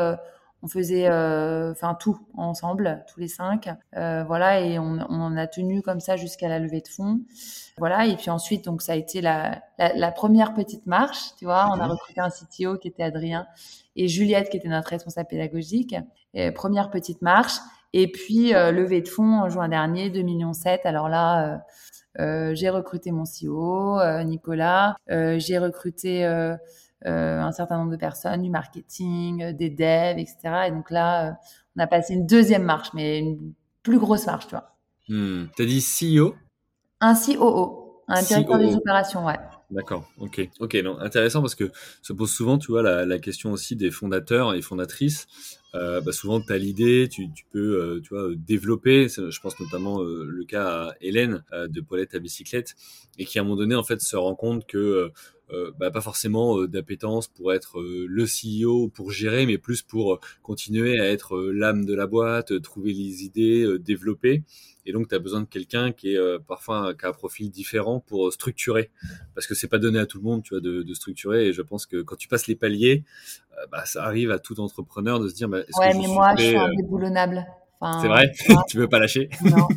tout ensemble, tous les 5. Voilà, et on en a tenu comme ça jusqu'à la levée de fonds. Voilà, et puis ensuite, donc ça a été la première petite marche, tu vois. On a Mhm. recruté un CTO qui était Adrien et Juliette qui était notre responsable pédagogique. Et première petite marche. Et puis, levée de fonds en juin dernier, 2,7 millions. Alors là, j'ai recruté mon CEO, Nicolas. J'ai recruté un certain nombre de personnes, du marketing, des devs, etc. Et donc là, on a passé une deuxième marche, mais une plus grosse marche, tu vois. T'as dit CEO? Un COO, un directeur des COO. opérations, ouais. D'accord, ok. Ok, non, intéressant parce que se pose souvent, tu vois, la question aussi des fondateurs et fondatrices. Souvent, tu as l'idée, tu peux, tu vois, développer. Je pense notamment le cas à Hélène de Paulette à bicyclette et qui, à un moment donné, en fait, se rend compte que pas forcément d'appétence pour être le CEO, pour gérer, mais plus pour continuer à être l'âme de la boîte, trouver les idées, développer. Et donc, tu as besoin de quelqu'un qui est parfois qui a un profil différent pour structurer, parce que c'est pas donné à tout le monde, tu vois, de structurer. Et je pense que quand tu passes les paliers, ça arrive à tout entrepreneur de se dire, est-ce que Ouais, je mais suis moi, je suis prêt indéboulonnable. C'est Enfin, vrai, tu vois, tu veux pas lâcher. non.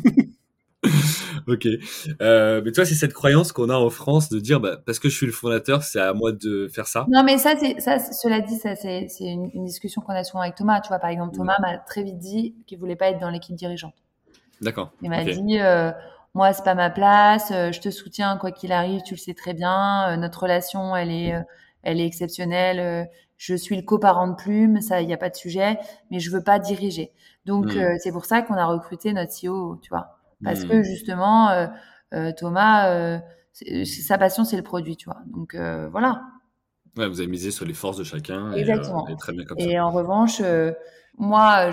Ok. Mais toi, c'est cette croyance qu'on a en France de dire, parce que je suis le fondateur, c'est à moi de faire ça. Non, mais cela dit, c'est une discussion qu'on a souvent avec Thomas. Tu vois, par exemple, Mm. Thomas m'a très vite dit qu'il voulait pas être dans l'équipe dirigeante. D'accord. Il m'a Ok. dit, moi, c'est pas ma place, je te soutiens quoi qu'il arrive, tu le sais très bien, notre relation, elle est exceptionnelle, je suis le coparent de Plume, ça, il n'y a pas de sujet, mais je veux pas diriger. Donc, Mm. c'est pour ça qu'on a recruté notre CEO, tu vois. Parce que Mm. justement, Thomas, sa passion, c'est le produit, tu vois. Donc, voilà. Ouais, vous avez misé sur les forces de chacun et Exactement. très bien comme ça. Et en revanche, moi,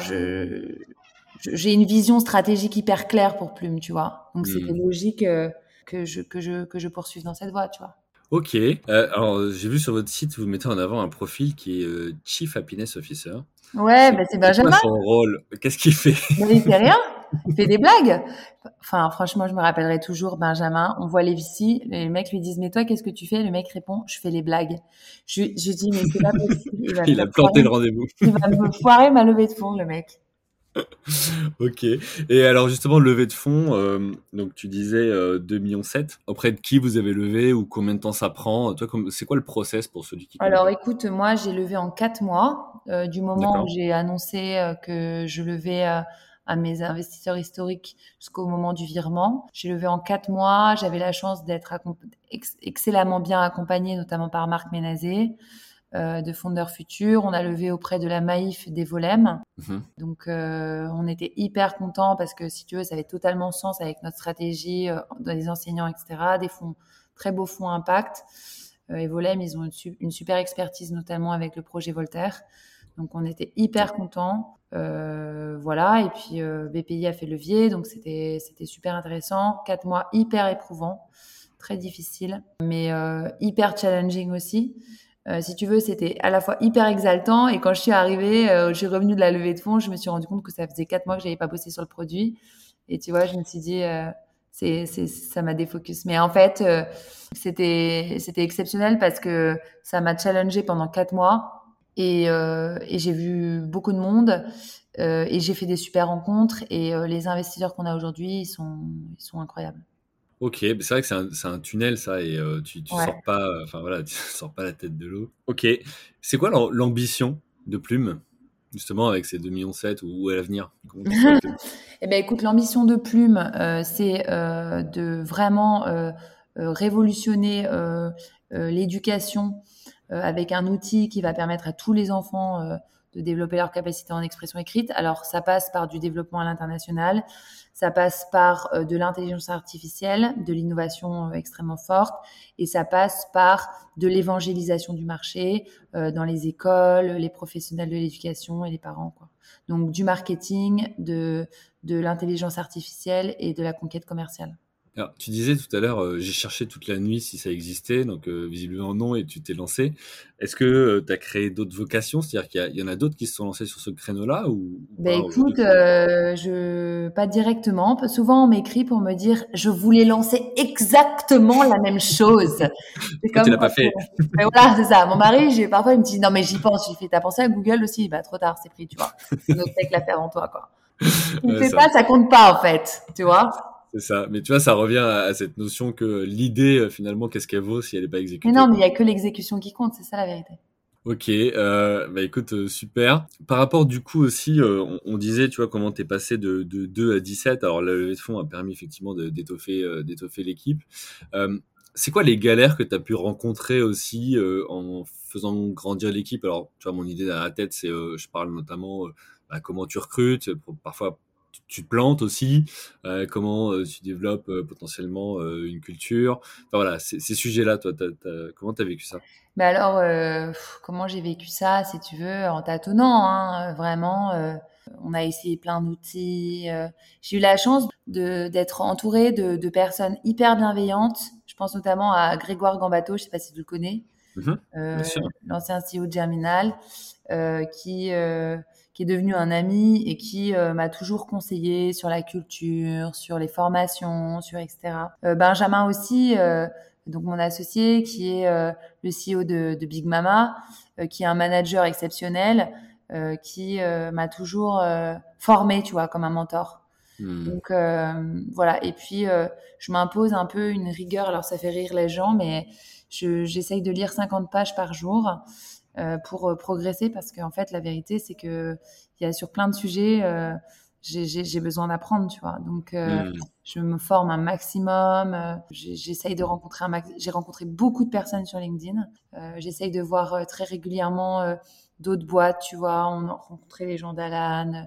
j'ai une vision stratégique hyper claire pour Plume, tu vois. Donc c'était Mm. logique que je poursuive dans cette voie, tu vois. Ok. Alors, j'ai vu sur votre site, vous mettez en avant un profil qui est Chief Happiness Officer. Ouais, bah c'est C'est quoi Benjamin. son rôle? Qu'est-ce qu'il fait? Mais il fait rien. Il fait des blagues. Enfin, franchement, je me rappellerai toujours Benjamin. On voit les Vici, les mecs lui disent, mais toi, qu'est-ce que tu fais? Le mec répond, je fais les blagues. Je dis, mais c'est pas possible. Il a planté le rendez-vous. Il va me foirer ma levée de fonds, le mec. Ok. Et alors justement, levée de fonds, donc tu disais 2,7 millions. Auprès de qui vous avez levé ou combien de temps ça prend? Toi, c'est quoi le process pour celui qui connaît Alors pas? écoute, moi j'ai levé en 4 mois, du moment où D'accord. j'ai annoncé que je levais à mes investisseurs historiques jusqu'au moment du virement. J'ai levé en 4 mois, j'avais la chance d'être excellemment bien accompagnée, notamment par Marc Ménazé, de Fondeurs Futurs. On a levé auprès de la Maïf des Volem. Mhm. Donc on était hyper contents parce que si tu veux, ça avait totalement sens avec notre stratégie dans les enseignants, etc. Des fonds, très beaux fonds impact. Et Volem, ils ont une super expertise, notamment avec le projet Voltaire. Donc, on était hyper contents. Voilà. Et puis, BPI a fait levier. Donc, c'était super intéressant. 4 mois hyper éprouvants, très difficiles, mais hyper challenging aussi. Si tu veux, c'était à la fois hyper exaltant. Et quand je suis arrivée, je suis revenue de la levée de fonds, je me suis rendu compte que ça faisait 4 mois que j'avais pas bossé sur le produit. Et tu vois, je me suis dit, ça m'a défocus. Mais en fait, c'était exceptionnel parce que ça m'a challengé pendant 4 mois et j'ai vu beaucoup de monde et j'ai fait des super rencontres et les investisseurs qu'on a aujourd'hui, ils sont incroyables. Ok, mais c'est vrai que c'est un tunnel ça et tu Ouais. sors pas, enfin voilà, tu sors pas la tête de l'eau. Ok, c'est quoi l'ambition de Plume justement avec ces 2,7 millions ou à l'avenir? Comment tu te vois avec eux? Eh ben, écoute, l'ambition de Plume, c'est de vraiment révolutionner l'éducation avec un outil qui va permettre à tous les enfants de développer leur capacité en expression écrite. Alors, ça passe par du développement à l'international, ça passe par de l'intelligence artificielle, de l'innovation extrêmement forte, et ça passe par de l'évangélisation du marché dans les écoles, les professionnels de l'éducation et les parents, quoi. Donc, du marketing, de l'intelligence artificielle et de la conquête commerciale. Alors, tu disais tout à l'heure, j'ai cherché toute la nuit si ça existait, donc visiblement non, et tu t'es lancé. Est-ce que tu as créé d'autres vocations? C'est-à-dire qu'il y en a d'autres qui se sont lancés sur ce créneau-là ou Ben pas aujourd'hui? écoute, pas directement. Souvent, on m'écrit pour me dire, je voulais lancer exactement la même chose. C'est Pourquoi tu comme l'as quand pas fait? mais voilà, c'est ça. Mon mari, parfois, il me dit, non, mais j'y pense. J'ai fait, t'as pensé à Google aussi? Bah, trop tard, c'est pris, tu vois. Un autre mec l'a fait avant toi, quoi. Si tu le Ouais, fais pas, ça compte pas, en fait. Tu vois? c'est ça. Mais tu vois, ça revient à cette notion que l'idée, finalement, qu'est-ce qu'elle vaut si elle n'est pas Mais non, exécutée, mais il quoi. y a que l'exécution qui compte. C'est ça, la vérité. Ok, écoute, super. Par rapport du coup aussi, on disait, tu vois, comment t'es passé de 2 à 17. Alors la levée de fonds a permis effectivement d'étoffer l'équipe. Euh, c'est quoi les galères que tu as pu rencontrer aussi en faisant grandir l'équipe? Alors, tu vois, mon idée dans la tête, c'est, je parle notamment comment tu recrutes, parfois tu te plantes aussi, comment tu développes potentiellement une culture. Enfin voilà, ces sujets-là, toi, comment t'as vécu ça? Mais alors, comment j'ai vécu ça, si tu veux, en tâtonnant, hein, vraiment. On a essayé plein d'outils. J'ai eu la chance d'être entourée de personnes hyper bienveillantes. Je pense notamment à Grégoire Gambato, je sais pas si tu le connais, Bien sûr. l'ancien CEO de Germinal, qui est devenu un ami et qui m'a toujours conseillé sur la culture, sur les formations, sur etc. Benjamin aussi, donc mon associé, qui est le CEO de Big Mama, qui est un manager exceptionnel, qui m'a toujours formé, tu vois, comme un mentor. Donc voilà. Et puis je m'impose un peu une rigueur. Alors ça fait rire les gens, mais j'essaye de lire 50 pages par jour pour progresser, parce qu'en fait la vérité c'est que il y a sur plein de sujets j'ai besoin d'apprendre, tu vois. Donc je me forme un maximum. J'essaye de rencontrer j'ai rencontré beaucoup de personnes sur LinkedIn. J'essaye de voir très régulièrement d'autres boîtes, tu vois. On a rencontré les gens d'Alan.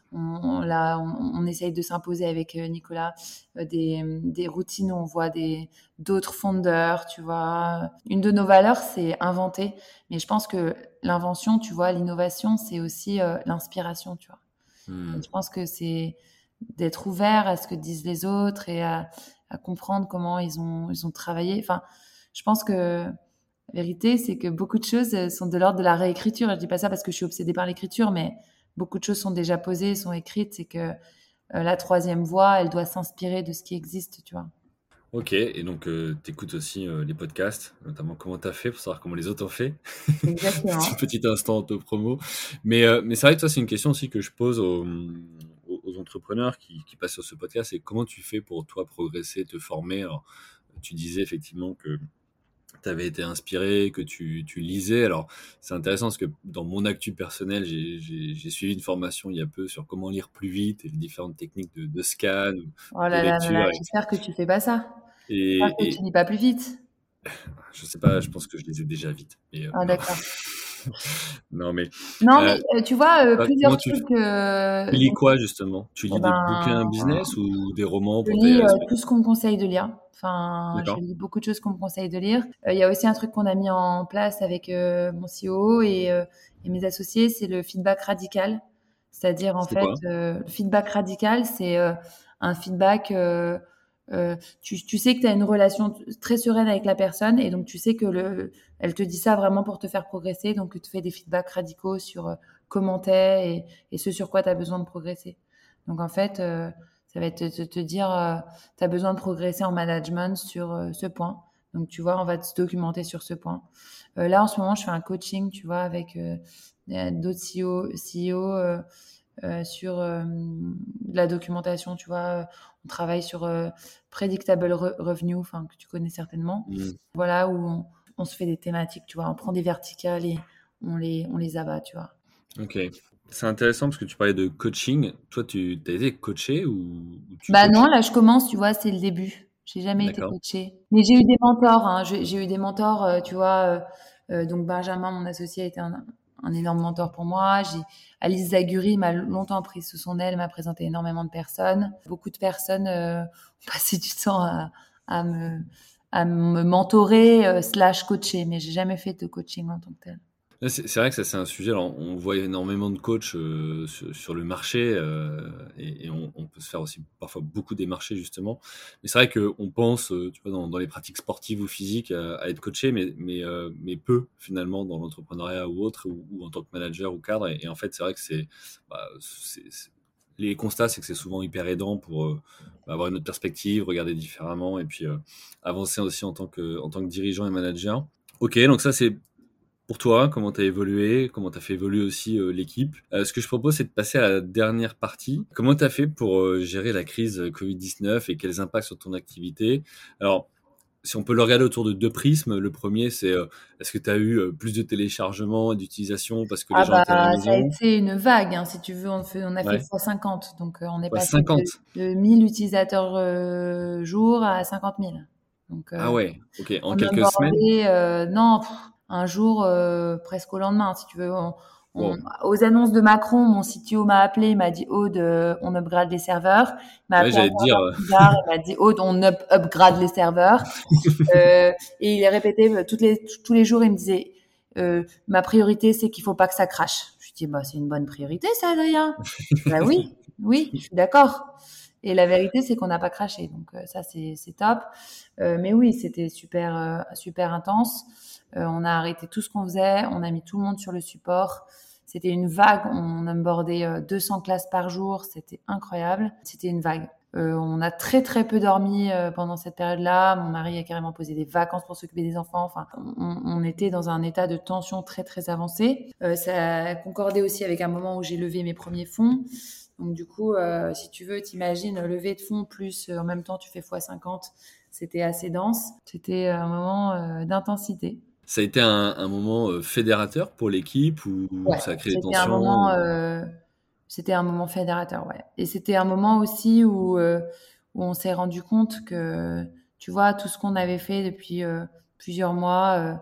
On essaye de s'imposer avec Nicolas des routines où on voit d'autres fondeurs, tu vois. Une de nos valeurs, c'est inventer. Mais je pense que l'invention, tu vois, l'innovation, c'est aussi l'inspiration, tu vois. Et je pense que c'est d'être ouvert à ce que disent les autres et à comprendre comment ils ont travaillé. Enfin, je pense que la vérité, c'est que beaucoup de choses sont de l'ordre de la réécriture. Et je dis pas ça parce que je suis obsédée par l'écriture, mais beaucoup de choses sont déjà posées, sont écrites. C'est que la troisième voie, elle doit s'inspirer de ce qui existe, tu vois. Ok, et donc tu écoutes aussi les podcasts, notamment comment tu as fait pour savoir comment les autres ont fait. Exactement. Petit instant auto-promo. Mais c'est vrai que toi, c'est une question aussi que je pose aux entrepreneurs qui passent sur ce podcast, c'est comment tu fais pour toi progresser, te former. Alors, tu disais effectivement que tu avais été inspiré, que tu lisais. Alors, c'est intéressant parce que dans mon actu personnel, j'ai suivi une formation il y a peu sur comment lire plus vite et les différentes techniques de scan, Oh de là là là là, lecture. j'espère que tu fais pas ça. J'espère que tu Et lis pas plus vite. je sais pas, je pense que je les ai déjà vite. Mais Ah non. d'accord. Non, mais Non mais euh, tu vois comment plusieurs tu trucs. lis quoi justement? Tu Eh lis des ben, bouquins business ou des romans je pour t'aider lis à respirer? tout ce qu'on me conseille de lire. Enfin, je D'accord. lis beaucoup de choses qu'on me conseille de lire. Il y a aussi un truc qu'on a mis en place avec mon CEO et mes associés, c'est le feedback radical. C'est-à-dire, en C'est fait, quoi? le feedback radical, c'est un feedback. Tu sais que tu as une relation très sereine avec la personne et donc tu sais que elle te dit ça vraiment pour te faire progresser. Donc, tu te fais des feedbacks radicaux sur comment t'es et ce sur quoi tu as besoin de progresser. Donc, en fait, ça va être te dire, tu as besoin de progresser en management sur ce point. Donc, tu vois, on va se documenter sur ce point. Là, en ce moment, je fais un coaching, tu vois, avec d'autres CEO sur de la documentation, tu vois. On travaille sur predictable revenue, enfin, que tu connais certainement. Hmm. Voilà, où on se fait des thématiques, tu vois. On prend des verticales et on les abat, tu vois. Ok. C'est intéressant parce que tu parlais de coaching. Toi, tu as été coaché ou tu Bah non, coaches? là je commence, tu vois, c'est le début. J'ai jamais été D'accord. coachée. Mais j'ai eu des mentors, hein. J'ai eu des mentors, tu vois. Donc Benjamin, mon associé, a été un énorme mentor pour moi. Alice Zaguri m'a longtemps pris sous son aile, m'a présenté énormément de personnes. Beaucoup de personnes ont passé du temps à me, à me mentorer, slash coacher, mais j'ai jamais fait de coaching en tant que tel. Là, c'est vrai que ça, c'est un sujet. Alors, on voit énormément de coachs sur le marché et on peut se faire aussi parfois beaucoup des marchés, justement. Mais c'est vrai qu'on pense, tu vois, dans les pratiques sportives ou physiques, à être coaché, mais peu, finalement, dans l'entrepreneuriat ou autre, ou en tant que manager ou cadre. Et en fait, c'est vrai que les constats, c'est que c'est souvent hyper aidant pour avoir une autre perspective, regarder différemment et puis avancer aussi en tant que dirigeant et manager. Ok, donc ça, c'est pour toi, comment tu as évolué, comment tu as fait évoluer aussi l'équipe. Ce que je propose, c'est de passer à la dernière partie. Comment tu as fait pour gérer la crise Covid-19 et quels impacts sur ton activité? Alors, si on peut le regarder autour de deux prismes, le premier, c'est est-ce que tu as eu plus de téléchargements et d'utilisation parce que les Ah gens étaient à la bah ça a maison? été une vague, hein, si tu veux, on a fait Ouais. fois 50, donc on est Quoi, passé 50? de 1000 utilisateurs jour à 50 000. Donc Ah ouais, ok, en on a quelques semaines? abordé, non, un jour presque au lendemain, si tu veux. Wow. Aux annonces de Macron, mon CTO m'a appelé, il m'a dit Aude, on upgrade les serveurs. Il m'a Ouais, appelé un j'allais te quart dire. d'heure plus tard, il m'a dit Aude, on upgrade les serveurs. Euh, et il est répété tous les jours, il me disait ma priorité, c'est qu'il faut pas que ça crache. Je lui dis bah c'est une bonne priorité ça, Adrien. Bah oui, oui, je suis d'accord. Et la vérité, c'est qu'on n'a pas craché. Donc, ça, c'est top. Mais oui, c'était super intense. On a arrêté tout ce qu'on faisait. On a mis tout le monde sur le support. C'était une vague. On onboardait 200 classes par jour. C'était incroyable. C'était une vague. On a très très peu dormi pendant cette période-là. Mon mari a carrément posé des vacances pour s'occuper des enfants. Enfin, on était dans un état de tension très très avancé. Ça concordait aussi avec un moment où j'ai levé mes premiers fonds. Donc du coup, si tu veux, t'imagines lever de fonds plus en même temps tu fais x50. C'était assez dense. C'était un moment d'intensité. Ça a été un moment fédérateur pour l'équipe ou Ouais, ça a créé des tensions? c'était un moment fédérateur, ouais. Et c'était un moment aussi où on s'est rendu compte que, tu vois, tout ce qu'on avait fait depuis plusieurs mois,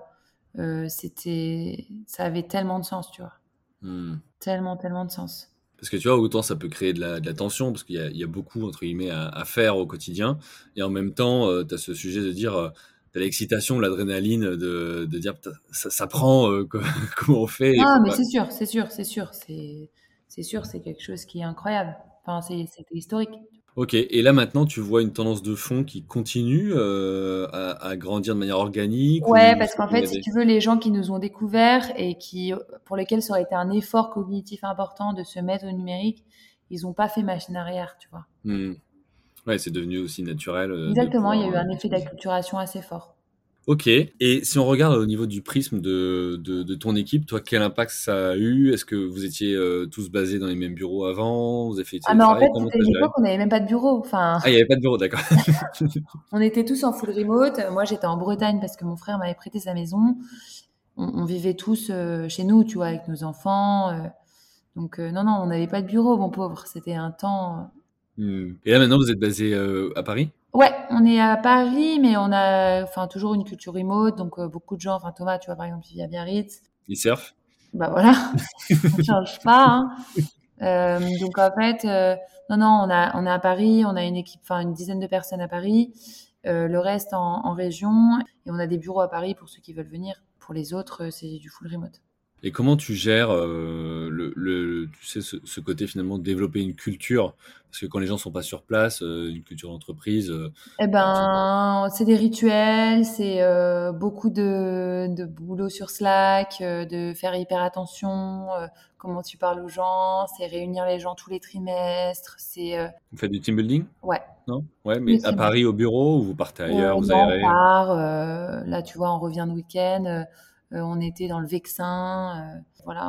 ça avait tellement de sens, tu vois. Hmm. Tellement de sens. Parce que tu vois, autant ça peut créer de la tension, parce qu'il y a beaucoup, entre guillemets, à faire au quotidien. Et en même temps, tu as ce sujet de dire, t'as l'excitation, l'adrénaline de dire, putain, ça prend, comment on fait, il Ah, faut mais pas. c'est sûr, c'est sûr, c'est sûr. C'est sûr, c'est quelque chose qui est incroyable. Enfin, c'était historique. Ok, et là maintenant, tu vois une tendance de fond qui continue à grandir de manière organique Ouais, ou parce c'est qu'en fait, si dégradé? tu veux, les gens qui nous ont découverts et pour lesquels ça aurait été un effort cognitif important de se mettre au numérique, ils ont pas fait machine arrière, tu vois. Hmm. Ouais, c'est devenu aussi naturel de Exactement, il y a pouvoir eu un effet l'utiliser. d'acculturation assez fort. Ok, et si on regarde au niveau du prisme de ton équipe, toi, quel impact ça a eu? Est-ce que vous étiez tous basés dans les mêmes bureaux avant? Vous avez fait du Ah, mais en télétravail? fait, Comment c'était t'as une géré? époque où on n'avait même pas de bureau. Enfin, Ah, il n'y avait pas de bureau, d'accord. on était tous en full remote. Moi, j'étais en Bretagne parce que mon frère m'avait prêté sa maison. On vivait tous chez nous, tu vois, avec nos enfants. Donc, non, non, on n'avait pas de bureau, mon pauvre. C'était un temps. Hmm. Et là, maintenant, vous êtes basé à Paris? Ouais, on est à Paris, mais on a, enfin, toujours une culture remote. Donc, beaucoup de gens, enfin, Thomas, tu vois, par exemple, il vit à Biarritz. Ils surfent? Bah voilà, on change pas, hein. Donc en fait, non, non, on est à Paris, on a une équipe, enfin une dizaine de personnes à Paris, le reste en région, et on a des bureaux à Paris pour ceux qui veulent venir. Pour les autres, c'est du full remote. Et comment tu gères tu sais, ce côté finalement de développer une culture? Parce que quand les gens sont pas sur place, une culture d'entreprise, Eh tu... ben, c'est des rituels, c'est beaucoup de boulot sur Slack, de faire hyper attention, comment tu parles aux gens, c'est réunir les gens tous les trimestres, c'est vous faites du team building? ouais, Non? Ouais, tous les mais à trimestres. Paris au bureau ou vous partez ailleurs, vous Non, on aérez? part. Là, tu vois, on revient de week-end. On était dans le Vexin. Voilà,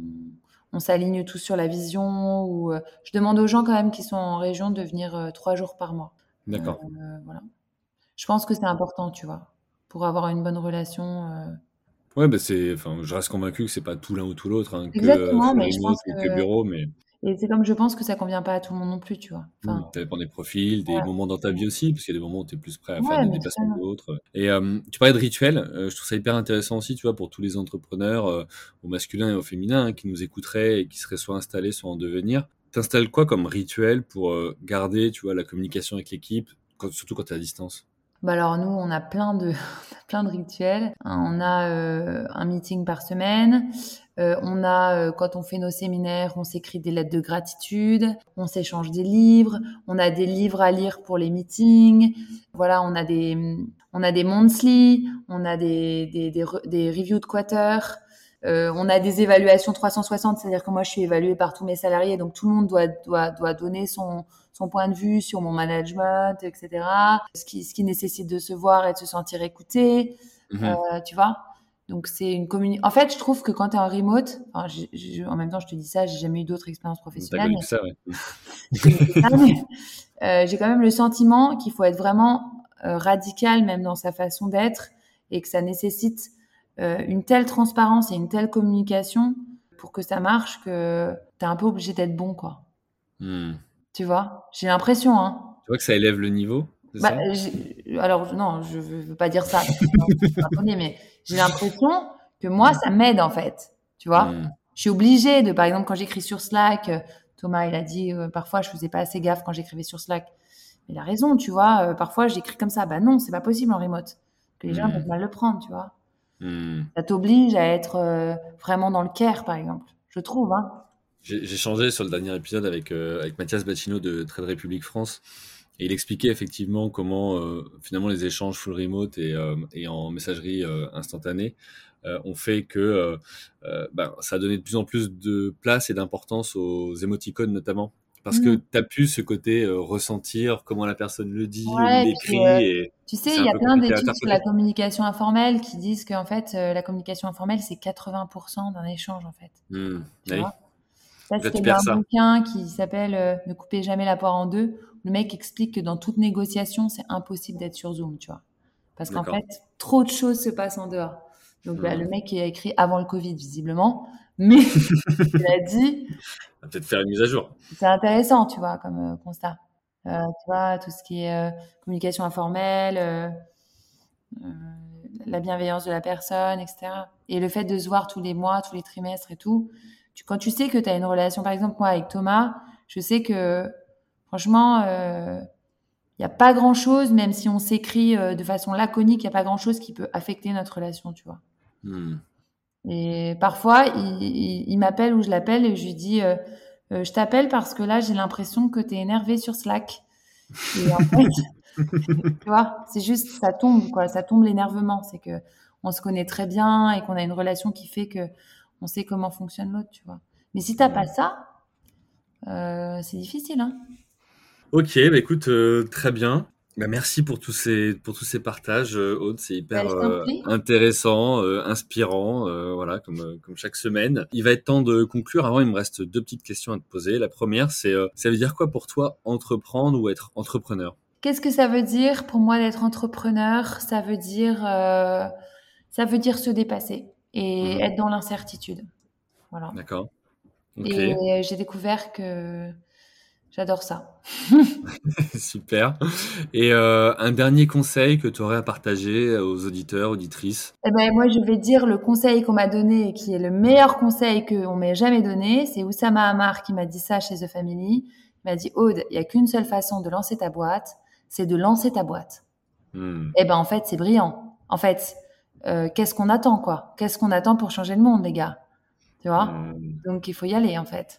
on s'aligne tous sur la vision. Je demande aux gens quand même qui sont en région de venir 3 jours par mois. D'accord. Voilà. Je pense que c'est important, tu vois, pour avoir une bonne relation. Ouais, bah, enfin, je reste convaincu que c'est pas tout l'un ou tout l'autre, hein, que Exactement, full mais je remote pense ou que que bureau, mais et c'est comme je pense que ça convient pas à tout le monde non plus, tu vois. Enfin, ça dépend des profils, des ouais, moments dans ta vie aussi, parce qu'il y a des moments où tu es plus prêt à faire ouais, des mais déplacements que totalement. d'autres. Et tu parlais de rituels, je trouve ça hyper intéressant aussi, tu vois, pour tous les entrepreneurs, au masculin et au féminin, hein, qui nous écouteraient et qui seraient soit installés, soit en devenir. T'installes quoi comme rituel pour garder, tu vois, la communication avec l'équipe, surtout quand tu es à distance? Bah alors nous, on a plein de, on a plein de rituels. On a un meeting par semaine. On a, quand on fait nos séminaires, on s'écrit des lettres de gratitude. On s'échange des livres. On a des livres à lire pour les meetings. Voilà, on a des monthly. On a des reviews de quarter. On a des évaluations 360, c'est-à-dire que moi, je suis évaluée par tous mes salariés, donc tout le monde doit donner son point de vue sur mon management, etc. Ce qui nécessite de se voir et de se sentir écouté, Mhm. tu vois. Donc c'est une communication. En fait, je trouve que quand tu es en remote, enfin, en même temps, je te dis ça, j'ai jamais eu d'autres expériences T'as professionnelles, connu que mais ça, ouais. je connais que ça, mais j'ai quand même le sentiment qu'il faut être vraiment radical, même dans sa façon d'être, et que ça nécessite une telle transparence et une telle communication pour que ça marche que tu es un peu obligé d'être bon, quoi. Hmm. Tu vois? J'ai l'impression, hein. Tu vois que ça élève le niveau, c'est Bah, ça? alors non, je veux pas dire ça parce que sinon c'est intonné, mais j'ai l'impression que moi, ça m'aide en fait. Tu vois? Hmm. Je suis obligée de, par exemple, quand j'écris sur Slack, Thomas, il a dit parfois je faisais pas assez gaffe quand j'écrivais sur Slack. Il a raison, tu vois. Parfois j'écris comme ça. Bah non, c'est pas possible en remote. Que les gens Hmm. peuvent mal le prendre, tu vois. Hmm. Ça t'oblige à être vraiment dans le care, par exemple. Je trouve, hein. J'ai changé sur le dernier épisode avec Mathias Bacchino de Trade Republic France. Et il expliquait effectivement comment finalement les échanges full remote et en messagerie instantanée ont fait que ça a donné de plus en plus de place et d'importance aux émoticônes notamment. Parce que Mmh. tu as pu ce côté ressentir comment la personne le dit ou Ouais, et puis, l'écrit et tu c'est sais, il un y a peu plein compliqué à d'études sur la interpréter. communication informelle qui disent qu'en fait, la communication informelle, c'est 80% d'un échange, en fait. Tu Oui. vois? Ça, Là, c'était tu dans perds un ça. bouquin qui s'appelle Ne coupez jamais la poire en deux. Le mec explique que dans toute négociation, c'est impossible d'être sur Zoom, tu vois. Parce qu'en D'accord. fait, trop de choses se passent en dehors. Donc, le Hmm. mec il a écrit avant le Covid, visiblement, mais il a dit, On va peut-être faire une mise à jour. c'est intéressant, tu vois, comme constat. Tu vois, tout ce qui est communication informelle, euh, la bienveillance de la personne, etc. Et le fait de se voir tous les mois, tous les trimestres et tout. Quand tu sais que tu as une relation, par exemple, moi avec Thomas, je sais que franchement, il n'y a pas grand-chose, même si on s'écrit de façon laconique, il n'y a pas grand-chose qui peut affecter notre relation, tu vois. Hmm. Et parfois, il m'appelle ou je l'appelle et je lui dis, je t'appelle parce que là, j'ai l'impression que tu es énervé sur Slack. Et en fait, tu vois, c'est juste, ça tombe, quoi. Ça tombe l'énervement. C'est que on se connaît très bien et qu'on a une relation qui fait que on sait comment fonctionne l'autre, tu vois. Mais si t'as pas Hmm. ça, c'est difficile, hein. Ok, bah écoute, très bien. Bah merci pour tous ces partages, Aude. C'est Bah, hyper je t'en prie. intéressant, inspirant, voilà, comme chaque semaine. Il va être temps de conclure. Avant, il me reste deux petites questions à te poser. La première, c'est ça veut dire quoi pour toi entreprendre ou être entrepreneur? Qu'est-ce que ça veut dire pour moi d'être entrepreneur? Ça veut dire se dépasser et Mhm. être dans l'incertitude. Voilà. D'accord. Ok. Et j'ai découvert que j'adore ça. Super. Et un dernier conseil que tu aurais à partager aux auditeurs, auditrices? Eh ben, moi, je vais dire le conseil qu'on m'a donné et qui est le meilleur conseil qu'on m'ait jamais donné. C'est Oussama Ammar qui m'a dit ça chez The Family. Il m'a dit, Aude, il y a qu'une seule façon de lancer ta boîte, c'est de lancer ta boîte. Hmm. Eh ben, en fait, c'est brillant. En fait, qu'est-ce qu'on attend, quoi? Qu'est-ce qu'on attend pour changer le monde, les gars? Tu vois? Hmm. Donc, il faut y aller, en fait.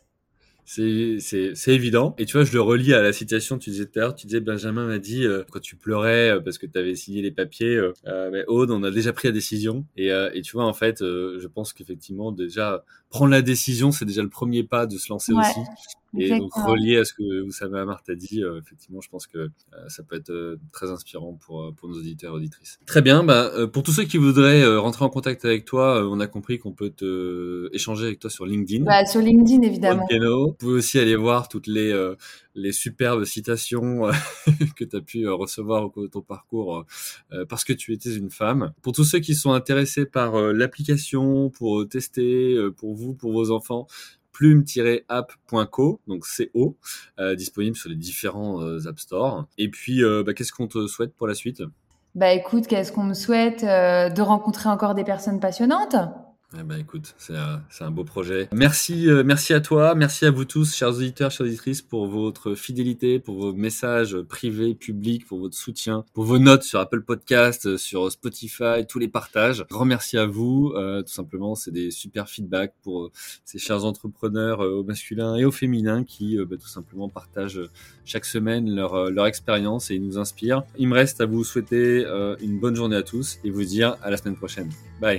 C'est évident. Et tu vois, je le relis à la citation que tu disais tout à l'heure. Tu disais, Benjamin m'a dit, quand tu pleurais parce que tu avais signé les papiers, mais Aude, on a déjà pris la décision. Et tu vois, en fait, je pense qu'effectivement, déjà, prendre la décision, c'est déjà le premier pas de se lancer Ouais, aussi. Et donc, exactement. relié à ce que Oussama Ammar t'a dit, effectivement, je pense que ça peut être très inspirant pour nos auditeurs et auditrices. Très bien. Pour tous ceux qui voudraient rentrer en contact avec toi, on a compris qu'on peut échanger avec toi sur LinkedIn. Bah, sur LinkedIn, Aude évidemment. Piano. Vous pouvez aussi aller voir toutes les superbes citations que tu as pu recevoir au cours de ton parcours parce que tu étais une femme. Pour tous ceux qui sont intéressés par l'application, pour tester, pour vous, pour vos enfants, plume-app.co, donc CO, disponible sur les différents App Store. Et puis, qu'est-ce qu'on te souhaite pour la suite? Bah, écoute, qu'est-ce qu'on me souhaite? De rencontrer encore des personnes passionnantes. Eh ben, écoute, c'est un beau projet. Merci, merci à toi, merci à vous tous, chers auditeurs, chères auditrices, pour votre fidélité, pour vos messages privés, publics, pour votre soutien, pour vos notes sur Apple Podcast, sur Spotify, tous les partages. Grand merci à vous. Tout simplement, c'est des super feedbacks pour ces chers entrepreneurs au masculin et au féminin qui, tout simplement, partagent chaque semaine leur expérience et ils nous inspirent. Il me reste à vous souhaiter une bonne journée à tous et vous dire à la semaine prochaine. Bye.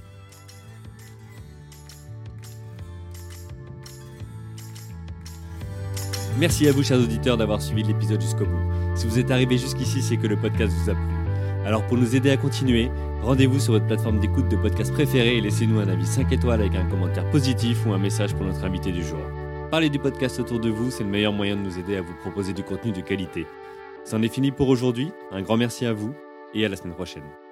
Merci à vous, chers auditeurs, d'avoir suivi l'épisode jusqu'au bout. Si vous êtes arrivés jusqu'ici, c'est que le podcast vous a plu. Alors pour nous aider à continuer, rendez-vous sur votre plateforme d'écoute de podcast préférée et laissez-nous un avis 5 étoiles avec un commentaire positif ou un message pour notre invité du jour. Parlez du podcast autour de vous, c'est le meilleur moyen de nous aider à vous proposer du contenu de qualité. C'en est fini pour aujourd'hui, un grand merci à vous et à la semaine prochaine.